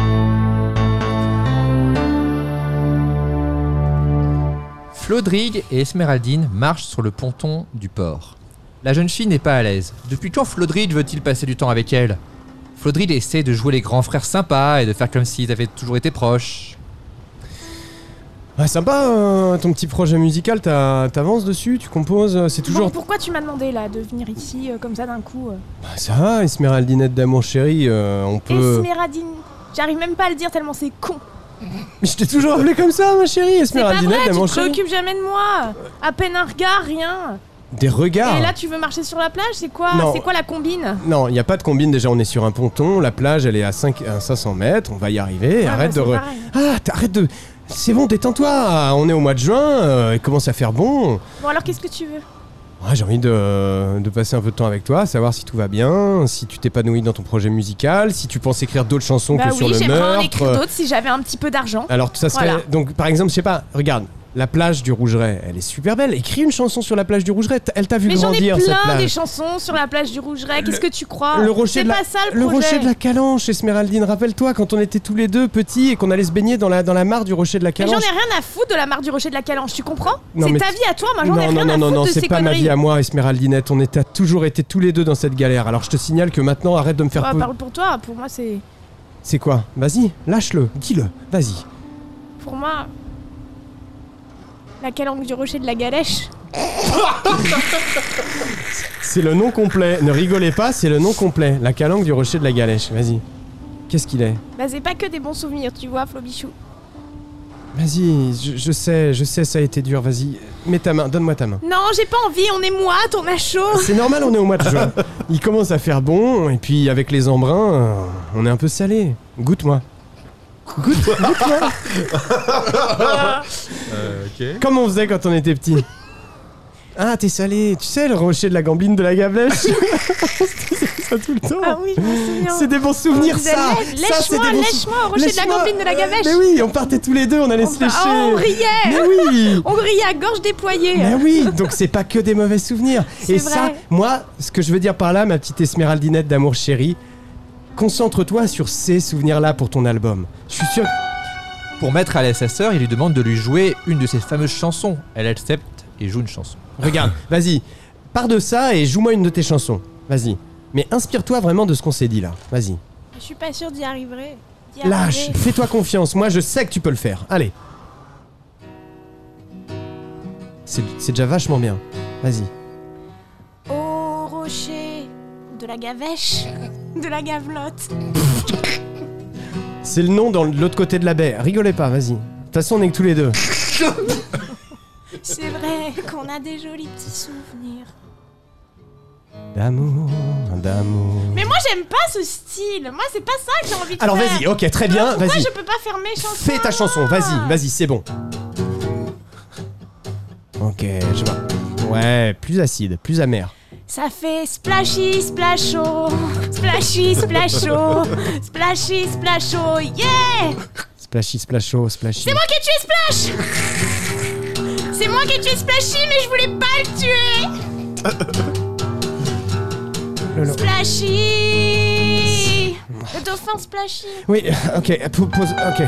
S1: Flodrig et Esmeraldine marchent sur le ponton du port. La jeune fille n'est pas à l'aise. Depuis quand Flodrig veut-il passer du temps avec elle? Flodrig essaie de jouer les grands frères sympas et de faire comme s'ils avaient toujours été proches.
S2: Ouais, sympa euh, ton petit projet musical. t'as- T'avances dessus, tu composes. euh, C'est toujours.
S4: Bon, pourquoi tu m'as demandé là de venir ici euh, comme ça d'un coup euh
S2: Bah, ça va, Esmeraldinette d'amour chéri. euh, on peut.
S4: Esmeraldine. J'arrive même pas à le dire tellement c'est con.
S2: Mais je t'ai toujours appelé comme ça, ma chérie.
S4: C'est pas
S2: Esmeraldinette
S4: vrai, tu
S2: d'amour
S4: te
S2: chéri.
S4: préoccupes jamais de moi. À peine un regard, rien.
S2: Des regards.
S4: Et là, tu veux marcher sur la plage, c'est quoi
S2: Non.
S4: C'est quoi la combine?
S2: Non, il n'y a pas de combine. Déjà, on est sur un ponton. La plage, elle est à, cinq, à cinq cents mètres. On va y arriver.
S4: Ah,
S2: arrête
S4: bah,
S2: de.
S4: c'est
S2: re-
S4: pareil.
S2: Ah, t'arrêtes de. C'est bon, détends-toi. On est au mois de juin. euh, il commence à faire bon.
S4: Bon, alors qu'est-ce que tu veux?
S2: Ouais, j'ai envie de, de passer un peu de temps avec toi, savoir si tout va bien, si tu t'épanouis dans ton projet musical, si tu penses écrire d'autres chansons
S4: Bah
S2: que sur
S4: oui,
S2: le
S4: j'aimerais en
S2: meurtre.
S4: écrire d'autres si j'avais un petit peu d'argent.
S2: Alors ça serait
S4: Voilà.
S2: donc par exemple, je sais pas, regarde, la plage du Rougeret, elle est super belle. Écris une chanson sur la plage du Rougeret. Elle t'a vu
S4: Mais j'en ai
S2: grandir cette
S4: plein
S2: plage.
S4: des chansons sur la plage du Rougeret. Qu'est-ce que tu crois?
S2: Le rocher
S4: C'est
S2: de la,
S4: pas ça le,
S2: le
S4: projet.
S2: rocher de la Calanche, Esmeraldine. Rappelle-toi quand on était tous les deux petits et qu'on allait se baigner dans la dans la mare du rocher de la
S4: Mais j'en
S2: Calanche.
S4: ai rien à foutre de la mare du rocher de la Calanche, tu comprends?
S2: Non,
S4: C'est
S2: mais
S4: ta
S2: tu-
S4: vie à toi, moi j'en ai
S2: non,
S4: rien
S2: non,
S4: à
S2: non,
S4: foutre
S2: non,
S4: de
S2: c'est
S4: ces
S2: pas ma
S4: conneries.
S2: vie à moi, Esmeraldinette. On était, a toujours été tous les deux dans cette galère. Alors je te signale que maintenant, arrête de me faire.
S4: Bah,
S2: po-
S4: parle pour toi, pour moi c'est...
S2: C'est quoi? Vas-y, lâche-le, dis-le, vas-y.
S4: Pour moi... La calanque du rocher de la Galèche.
S2: C'est le nom complet. Ne rigolez pas, c'est le nom complet. La calanque du rocher de la Galèche. Vas-y. Qu'est-ce qu'il est?
S4: Bah c'est pas que des bons souvenirs, tu vois, Flobichou.
S2: Vas-y, je, je sais, je sais, ça a été dur. Vas-y, mets ta main, donne-moi ta main.
S4: Non, j'ai pas envie, on est moite, on a chaud.
S2: C'est normal, on est au mois de juin. Il commence à faire bon, et puis avec les embruns, euh, on est un peu salé. Goûte-moi. Goûte, goûte-moi.
S1: Euh, ok.
S2: Comme on faisait quand on était petit. Ah, t'es salé. Tu sais, le rocher de la Gambine de la Gablèche. C'est ça tout le temps.
S4: Ah oui, je me souviens.
S2: C'est des bons souvenirs,
S4: On disait,
S2: ça.
S4: lèche-
S2: Ça, c'est
S4: Lèche-moi,
S2: des bons sou-
S4: lèche-moi au rocher de la
S2: Lèche-moi.
S4: Gambine de la Gavèche.
S2: Mais oui, on partait tous les deux, on allait
S4: On,
S2: se
S4: va-
S2: lécher.
S4: oh, on riait.
S2: Mais oui.
S4: On riait à gorge déployée.
S2: Mais oui, donc c'est pas que des mauvais souvenirs.
S4: C'est
S2: Et
S4: vrai.
S2: ça, moi, ce que je veux dire par là, ma petite Esmeraldinette d'amour chéri, concentre-toi sur ces souvenirs-là pour ton album. Je suis sûr.
S1: Pour mettre à l'aise sa sœur, il lui demande de lui jouer une de ses fameuses chansons. Elle accepte et joue une chanson.
S2: Regarde, vas-y, pars de ça et joue-moi une de tes chansons. Vas-y. Mais inspire-toi vraiment de ce qu'on s'est dit là. Vas-y.
S4: Je suis pas sûre d'y arriver. D'y
S2: Lâche,
S4: arriver.
S2: fais-toi confiance. Moi, je sais que tu peux le faire. Allez. C'est, c'est déjà vachement bien. Vas-y.
S4: Au rocher de la gavèche, de la gavelotte.
S2: C'est le nom dans l'autre côté de la baie. Rigolez pas, vas-y. De toute façon, on est que tous les deux.
S4: C'est vrai qu'on a des jolis petits souvenirs.
S2: D'amour, d'amour.
S4: Mais moi j'aime pas ce style. Moi c'est pas ça que j'ai envie de
S2: Alors
S4: faire.
S2: vas-y, ok, très bien,
S4: Pourquoi
S2: vas-y.
S4: je peux pas faire mes chansons?
S2: Fais ta chanson, vas-y, vas-y, c'est bon. Ok, je vois. Ouais, plus acide, plus amer.
S4: Ça fait splashy, splasho, splashy, splasho, splashy, splasho, yeah!
S2: Splashy, splasho, splashy.
S4: C'est moi qui ai tué Splash! C'est moi qui ai tué Splashy, mais je voulais pas le tuer!
S2: Lolo.
S4: Splashy! Le dauphin Splashy!
S2: Oui, ok, pause, ok.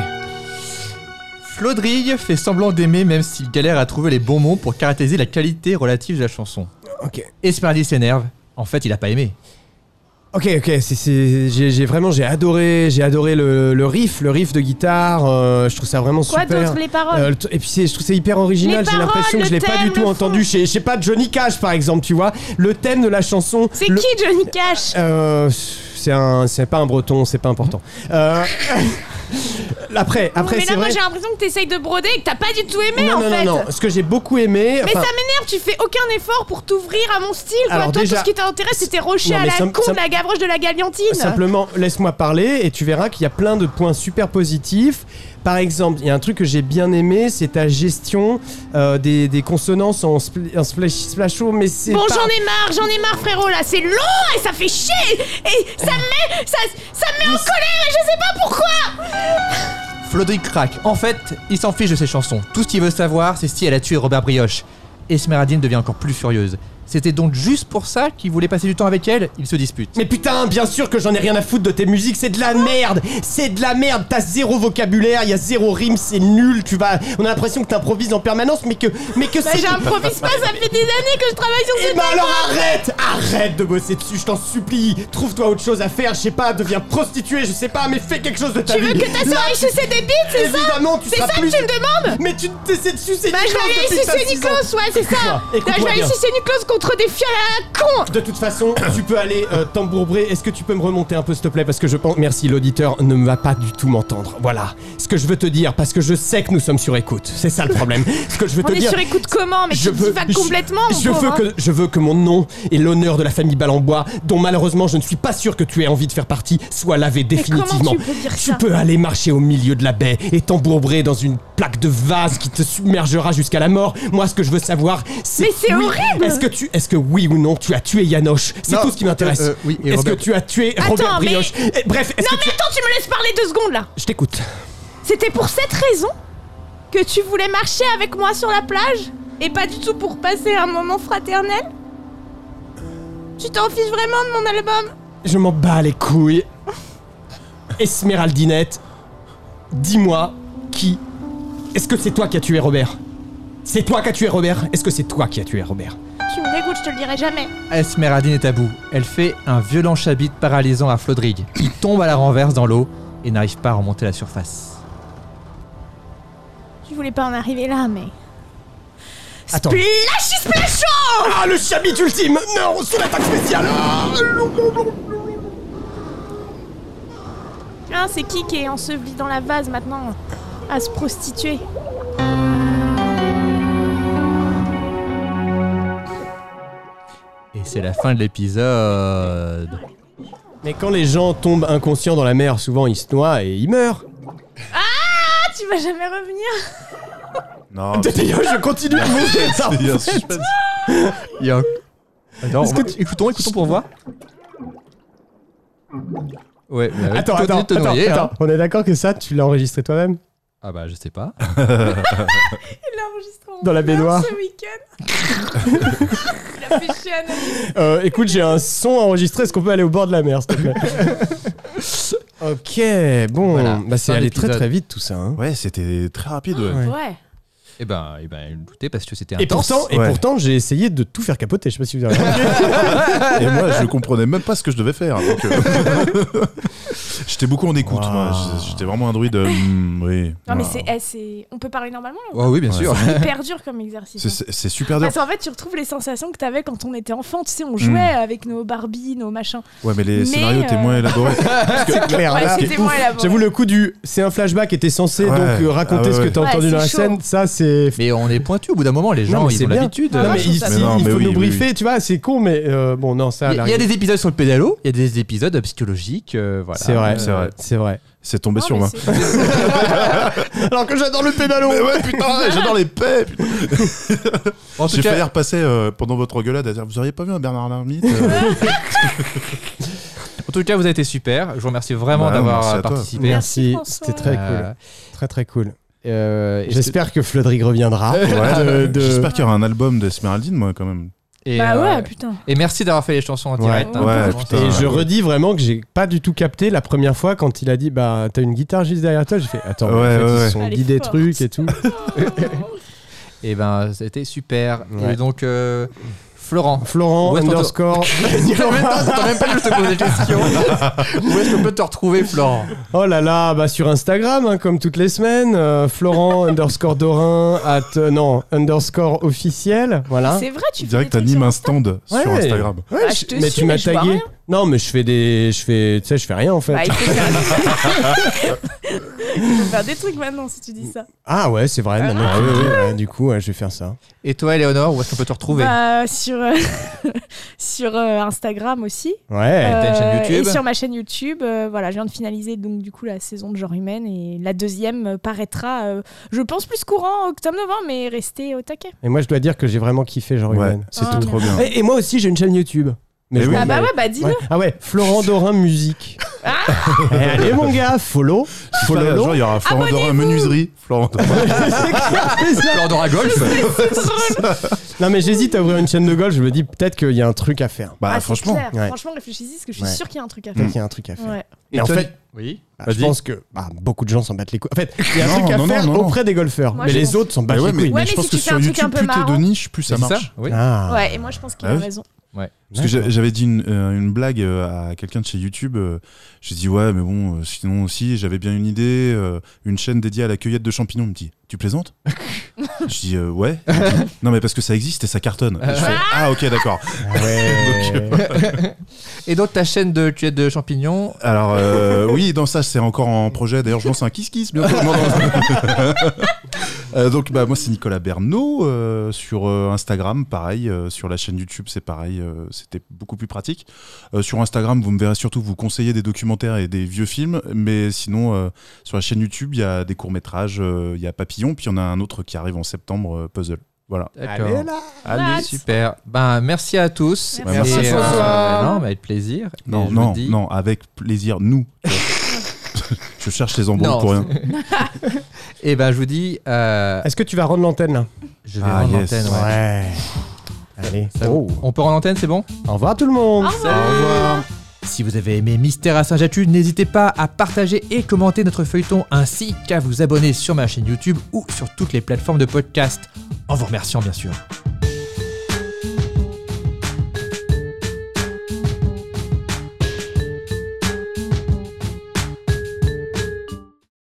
S1: Flodrig fait semblant d'aimer même s'il galère à trouver les bons mots pour caractériser la qualité relative de la chanson.
S2: Ok.
S1: Esmeralda s'énerve. En fait, il a pas aimé.
S2: Ok, ok, c'est, c'est, j'ai, j'ai vraiment, j'ai adoré, j'ai adoré le, le riff, le riff de guitare, euh, je trouve ça vraiment
S4: Quoi
S2: super.
S4: d'autre? Les paroles?
S2: Euh, le t- et puis c'est, je trouve ça hyper original,
S4: Les
S2: j'ai l'impression
S4: paroles,
S2: que je l'ai
S4: le
S2: pas du
S4: thème,
S2: tout
S4: le
S2: entendu
S4: fond.
S2: chez, je sais pas, Johnny Cash par exemple, tu vois. Le thème de la chanson...
S4: C'est
S2: le-
S4: qui Johnny Cash?
S2: Euh, c'est un, c'est pas un breton, c'est pas important. Euh, après, après
S4: Mais
S2: c'est
S4: là, moi
S2: vrai...
S4: j'ai l'impression que t'essayes de broder et que t'as pas du tout aimé
S2: non,
S4: en
S2: non,
S4: fait!
S2: non, non, ce que j'ai beaucoup aimé...
S4: Mais
S2: enfin,
S4: ça m'énerve, tu fais aucun effort pour t'ouvrir à mon style, quoi.
S2: Alors
S4: Toi,
S2: déjà-
S4: tout ce qui t'intéresse, c'était rocher
S2: Non,
S4: à
S2: mais
S4: la
S2: ça-
S4: con
S2: ça-
S4: de la gavroche de la Gagliantine.
S2: Simplement, laisse-moi parler et tu verras qu'il y a plein de points super positifs. Par exemple, il y a un truc que j'ai bien aimé, c'est ta gestion euh, des, des consonances en, spl- en splash, splasho, mais c'est
S4: Bon,
S2: pas...
S4: j'en ai marre, j'en ai marre, frérot, là, c'est long et ça fait chier et ça me met, ça, ça me met en colère et je sais pas pourquoi.
S1: Flodrig craque. En fait, il s'en fiche de ses chansons. Tout ce qu'il veut savoir, c'est si elle a tué Robert Brioche. Esmeraldine devient encore plus furieuse. C'était donc juste pour ça qu'il voulait passer du temps avec elle. Ils se disputent.
S2: Mais putain, bien sûr que j'en ai rien à foutre de tes musiques, c'est de la merde. C'est de la merde, t'as zéro vocabulaire, il y a zéro rime, c'est nul. Tu vas, on a l'impression que t'improvises en permanence, mais que, mais que
S4: Bah,
S2: c'est.
S4: j'improvise pas, ça fait des années que je travaille sur
S2: Eh
S4: ce
S2: bah
S4: thème.
S2: alors arrête, arrête de bosser dessus, je t'en supplie. Trouve-toi autre chose à faire, je sais pas, deviens prostituée, je sais pas, mais fais quelque chose de ta
S4: Tu
S2: vie.
S4: veux que ta
S2: Là,
S4: soeur aille sucer des bites, c'est ça?
S2: Évidemment, tu
S4: C'est
S2: seras
S4: ça que
S2: plus.
S4: tu me demandes?
S2: Mais tu t'essaies de sucer
S4: Bah, je vais
S2: Nikos
S4: aller
S2: depuis que t'as
S4: sucer
S2: six ans.
S4: Nikos, ouais, c'est ça.
S2: Écoute-moi,
S4: Bah, je
S2: écoute-moi
S4: vais aller
S2: bien.
S4: sucer Nikos contre des fioles à la con.
S2: De toute façon, tu peux aller euh, tambourbré. Est-ce que tu peux me remonter un peu, s'il te plaît? Parce que je pense. Merci, l'auditeur ne va pas du tout m'entendre. Voilà. Ce que je veux te dire, parce que je sais que nous sommes sur écoute. C'est ça le problème. Ce que je veux
S4: On
S2: te
S4: est
S2: dire.
S4: sur écoute comment? Mais
S2: je
S4: tu
S2: veux,
S4: divagues
S2: je-
S4: complètement, mon
S2: je
S4: pauvre,
S2: veux
S4: hein.
S2: que je veux que mon nom et l'honneur de la famille Balambois, dont malheureusement je ne suis pas sûr que tu aies envie de faire partie, soit lavé
S4: Mais comment
S2: définitivement.
S4: tu peux dire
S2: Tu
S4: ça?
S2: peux aller marcher au milieu de la baie et t'embourber dans une plaque de vase qui te submergera jusqu'à la mort. Moi, ce que je veux savoir, c'est.
S4: Mais c'est
S2: oui,
S4: horrible.
S2: Est-ce que tu, est-ce que oui ou non, tu as tué Yanoche? C'est
S1: Non,
S2: tout ce qui m'intéresse.
S1: euh, euh, oui, et
S2: est-ce
S1: Robert-
S2: que tu as tué
S4: Attends,
S2: Robert
S4: mais-
S2: Brioche? Eh, Bref, est-ce
S4: Non
S2: que
S4: mais
S2: tu...
S4: attends, tu me laisses parler deux secondes là.
S2: Je t'écoute.
S4: C'était pour cette raison que tu voulais marcher avec moi sur la plage et pas du tout pour passer un moment fraternel? Tu t'en fiches vraiment de mon album?
S2: Je m'en bats les couilles. Esmeraldinette, dis-moi qui. Est-ce que c'est toi qui as tué Robert? C'est toi qui as tué Robert? Est-ce que c'est toi qui as tué Robert?
S4: Tu me dégoûtes, je te le dirai jamais.
S1: Esmeraldine est à bout. Elle fait un violent chabit paralysant à Flodrig. Il tombe à la renverse dans l'eau et n'arrive pas à remonter la surface.
S4: Je voulais pas en arriver là, mais...
S2: Attends.
S4: Splashy Splasho!
S2: Ah, le chabit ultime! Non, sous l'attaque spéciale! Ah,
S4: Hein, c'est qui qui est enseveli dans la vase maintenant à se prostituer?
S1: Et c'est la fin de l'épisode.
S2: Mais quand les gens tombent inconscients dans la mer, souvent ils se noient et ils meurent.
S4: Ah, tu vas jamais revenir?
S3: Non,
S2: D'ailleurs, je continue de mourir. ça, en
S3: il y a un
S2: fait.
S3: suspense.
S1: Il y a un... Attends,
S2: Est-ce
S1: on
S2: que
S1: va- écoutons, écoutons pour voir. Ouais, bah,
S2: Attends,
S1: continue
S2: attends,
S1: de te
S2: attends,
S1: noyer, hein.
S2: attends. On est d'accord que ça, tu l'as enregistré toi-même?
S1: Ah bah je sais pas.
S4: Il l'a enregistré en
S2: Dans la
S4: pleurs
S2: baignoire.
S4: ce week-end. Il a fait chier Anaïs.
S2: Euh, écoute, j'ai un son enregistré. Est-ce qu'on peut aller au bord de la mer, s'il te plaît? Ok, bon,
S1: Voilà,
S2: bah c'est
S1: fin
S2: allé très
S1: d'épisode.
S2: très vite tout ça. Hein.
S3: Ouais, c'était très rapide. Ouais.
S2: Ouais.
S4: Ouais.
S1: Et ben, et ben, doutez parce que c'était
S2: Et
S1: intense.
S2: pourtant, et
S3: Ouais.
S2: pourtant, j'ai essayé de tout faire capoter. Je sais pas si vous avez remarqué.
S3: Et moi, je comprenais même pas ce que je devais faire. Donc, euh, j'étais beaucoup en écoute.
S2: Wow.
S3: Moi. J'étais vraiment un druide. euh, mm, oui.
S4: Non, mais
S3: Wow.
S4: c'est, eh, c'est. On peut parler normalement là, ou
S1: Oh oui, bien
S3: Ouais.
S1: sûr.
S4: pas hyper dur comme exercice.
S3: C'est-
S4: hein.
S3: C'est c'est super dur.
S4: Parce qu'en fait, tu retrouves les sensations que t'avais quand on était enfant. Tu sais, on jouait avec nos Barbie, nos machins.
S3: Ouais, mais les
S4: Mais,
S3: scénarios étaient
S4: euh,
S3: moins élaborés.
S2: C'est clair.
S4: Ouais,
S2: là,
S4: c'était
S2: ouf.
S4: moins élaboré.
S2: J'avoue, le coup du. C'est un flashback était censé
S3: Ouais.
S2: donc euh, raconter
S3: Ah
S2: ce que
S3: ouais.
S2: t'as
S4: Ouais,
S2: entendu
S4: c'est
S2: dans la
S4: chaud.
S2: scène. Ça, c'est.
S1: Mais on est pointu au bout d'un moment, les gens
S2: Non, mais
S1: ils
S2: c'est
S1: ont
S2: bien.
S1: l'habitude.
S4: Ouais,
S2: Non,
S4: moi,
S2: mais
S4: je trouve
S2: ici,
S4: ça
S3: bien. Mais non,
S2: il
S3: mais
S2: faut
S3: oui,
S2: nous
S3: oui,
S2: briefer, tu vois, c'est con, mais euh, bon, non, ça.
S1: Il y, a- il y a des épisodes sur le pédalo, il y a des épisodes psychologiques, euh, voilà.
S2: C'est vrai,
S1: Euh,
S3: c'est vrai.
S2: C'est vrai.
S3: C'est tombé
S4: Non,
S3: sur
S4: mais
S3: moi.
S4: c'est-
S2: Alors que j'adore le pédalo.
S3: Mais ouais, putain, j'adore les paix. putain.
S1: En tout
S3: J'ai
S1: cas,
S3: failli repasser euh, pendant votre engueulade à dire vous auriez pas vu un Bernard Lhermitte euh
S1: en tout cas, vous avez été super. Je vous remercie vraiment
S3: Bah,
S1: d'avoir
S3: merci à toi.
S1: participé.
S4: Merci,
S2: Merci,
S4: François.
S2: c'était très
S1: Euh,
S2: cool. Très très cool.
S1: euh, et
S2: J'espère que Flodrig reviendra.
S3: Ouais,
S2: De- de-
S3: J'espère qu'il y aura un album d'Esmeraldine, moi, quand même.
S1: Et,
S4: Bah
S1: euh,
S4: ouais, putain.
S1: et merci d'avoir fait les chansons en
S2: Ouais.
S1: direct. hein,
S3: Ouais,
S1: franchement,
S3: putain.
S1: c'est-
S2: Et je
S3: ouais.
S2: redis vraiment que j'ai pas du tout capté la première fois quand il a dit bah t'as une guitare juste derrière toi. J'ai fait attends, mais
S3: Ouais,
S2: en fait,
S3: ouais,
S2: ils
S3: ouais.
S2: se sont
S4: Elle est
S2: dit des
S4: forte.
S2: trucs et tout.
S1: Et ben, c'était super.
S2: Ouais.
S1: Et donc, euh, Florent.
S2: Florent
S1: Où est-ce qu'on te-
S2: underscore.
S1: T'as même pas t'as même pas dû te poser des questions. Où est-ce qu'on peut te retrouver, Florent?
S2: Oh là là, bah sur Instagram hein, comme toutes les semaines. euh, Florent underscore Dorin at euh, non underscore officiel. Voilà.
S4: C'est vrai, tu fais
S3: Direct,
S4: des trucs
S3: t'animes
S4: sur
S3: un
S4: Insta.
S3: stand
S2: Ouais.
S3: sur Instagram.
S2: Ouais,
S4: Bah,
S2: je-
S4: je te
S2: mais
S4: suis,
S2: tu m'as
S4: mais je vois
S2: tagué.
S4: rien.
S2: Non, mais je fais des, je fais, tu sais, je fais rien en fait.
S4: Bah, il faut faire... il faut faire des trucs maintenant si tu dis ça.
S2: Ah ouais, c'est vrai. Maintenant,
S3: Ah
S2: que tu
S3: ouais,
S2: le dis,
S3: ouais.
S2: ouais, du coup, ouais, je vais faire ça.
S1: Et toi, Léonore, où est-ce qu'on peut te retrouver?
S4: Bah, sur euh, sur euh, Instagram aussi.
S2: Ouais.
S1: t'as une chaîne YouTube.
S4: Et sur ma chaîne YouTube. euh, voilà, je viens de finaliser donc du coup la saison de Genre Humaine et la deuxième euh, paraîtra, euh, je pense plus courant octobre-novembre, mais restez au taquet.
S2: Et moi, je dois dire que j'ai vraiment kiffé Genre
S3: Ouais,
S2: Humaine.
S3: c'est
S4: Ah,
S3: tout trop bien.
S2: Et, et moi aussi, j'ai une chaîne YouTube. Mais
S3: Eh
S2: je
S3: oui.
S2: m'en
S4: Ah bah
S2: mêle.
S4: ouais, bah dis-le.
S2: Ouais. Ah ouais, Florent Dorin musique. Eh, allez mon gars, follow.
S3: Faut
S2: Follow.
S3: le jour, il y aura Florent Dorin menuiserie. Florent Dorin.
S1: Florent Dora Golf.
S2: Non mais j'hésite à ouvrir une chaîne de golf. Je me dis peut-être qu'il y a un truc à faire.
S3: Bah,
S4: Ah, c'est
S3: franchement.
S4: clair.
S2: Ouais.
S4: Franchement, réfléchissez parce que je suis
S2: Ouais.
S4: sûre qu'il y a un truc à
S2: Peut-être
S4: faire.
S2: qu'il y a un truc à faire.
S4: Ouais.
S2: Et en
S1: Tony-
S2: fait,
S1: oui.
S2: bah, je
S1: Vas-y.
S2: pense que bah, beaucoup de gens s'en battent les couilles. En fait, il y a un
S3: Non,
S2: truc à
S3: non, non,
S2: faire
S3: non, non.
S2: auprès des golfeurs.
S4: Moi,
S2: mais
S4: je
S2: les
S4: pense-
S2: autres s'en battent
S3: Bah ouais,
S2: les
S3: mais,
S2: couilles.
S4: Ouais,
S3: mais
S4: mais
S3: je pense
S4: si
S3: que
S4: tu fais
S3: sur
S4: un truc
S3: YouTube,
S4: un peu
S3: plus t'es de
S4: marrant.
S3: niche, plus ça
S1: C'est ça
S3: marche.
S1: Oui.
S2: Ah.
S4: Ouais, et moi je pense qu'il
S3: Ah
S4: a
S3: oui.
S4: raison.
S3: Parce que j'a- j'avais dit une, euh, une blague euh, à quelqu'un de chez YouTube. euh, J'ai dit, ouais, mais bon, euh, sinon aussi, j'avais bien une idée, euh, une chaîne dédiée à la cueillette de champignons. Il me dit, tu plaisantes? Je dis, euh, ouais. Il me dit, non, mais parce que ça existe et ça cartonne. Et je fais, ah, ok, d'accord.
S2: Ouais.
S1: Et donc, ta chaîne de cueillette de champignons.
S3: Alors, euh, oui, dans ça, c'est encore en projet. D'ailleurs, je lance un Kiss Kiss bientôt. Non, non. Euh, donc, bah, moi, c'est Nicolas Bernot euh, sur euh, Instagram, pareil. euh, sur la chaîne YouTube, c'est pareil. euh, C'était beaucoup plus pratique. Euh, sur Instagram, vous me verrez surtout vous conseiller des documentaires et des vieux films. Mais sinon, euh, sur la chaîne YouTube, il y a des courts-métrages. euh, Il y a Papillon, puis il y en a un autre qui arrive en septembre, euh, Puzzle. Voilà.
S1: D'accord.
S2: Allez là.
S1: Allez, super. Ben, merci à tous.
S4: Merci.
S3: Merci,
S1: Et,
S2: François.
S1: non, mais avec plaisir.
S3: Non,
S1: Et je
S3: non,
S1: vous dis-
S3: non, avec plaisir, nous. Je cherche les embrouilles
S1: Non.
S3: pour rien.
S1: Et ben, je vous dis, euh,
S2: Est-ce que tu vas rendre l'antenne là?
S1: je vais
S3: Ah,
S1: rendre
S3: yes.
S1: l'antenne. Ouais.
S2: Ouais. Allez.
S1: Ça
S2: Oh.
S1: vous- On peut rendre l'antenne, c'est bon?
S2: Au revoir tout le monde.
S4: Au revoir.
S1: Si vous avez aimé Mystère à Saint-Jatu, n'hésitez pas à partager et commenter notre feuilleton ainsi qu'à vous abonner sur ma chaîne YouTube ou sur toutes les plateformes de podcast. En vous remerciant bien sûr.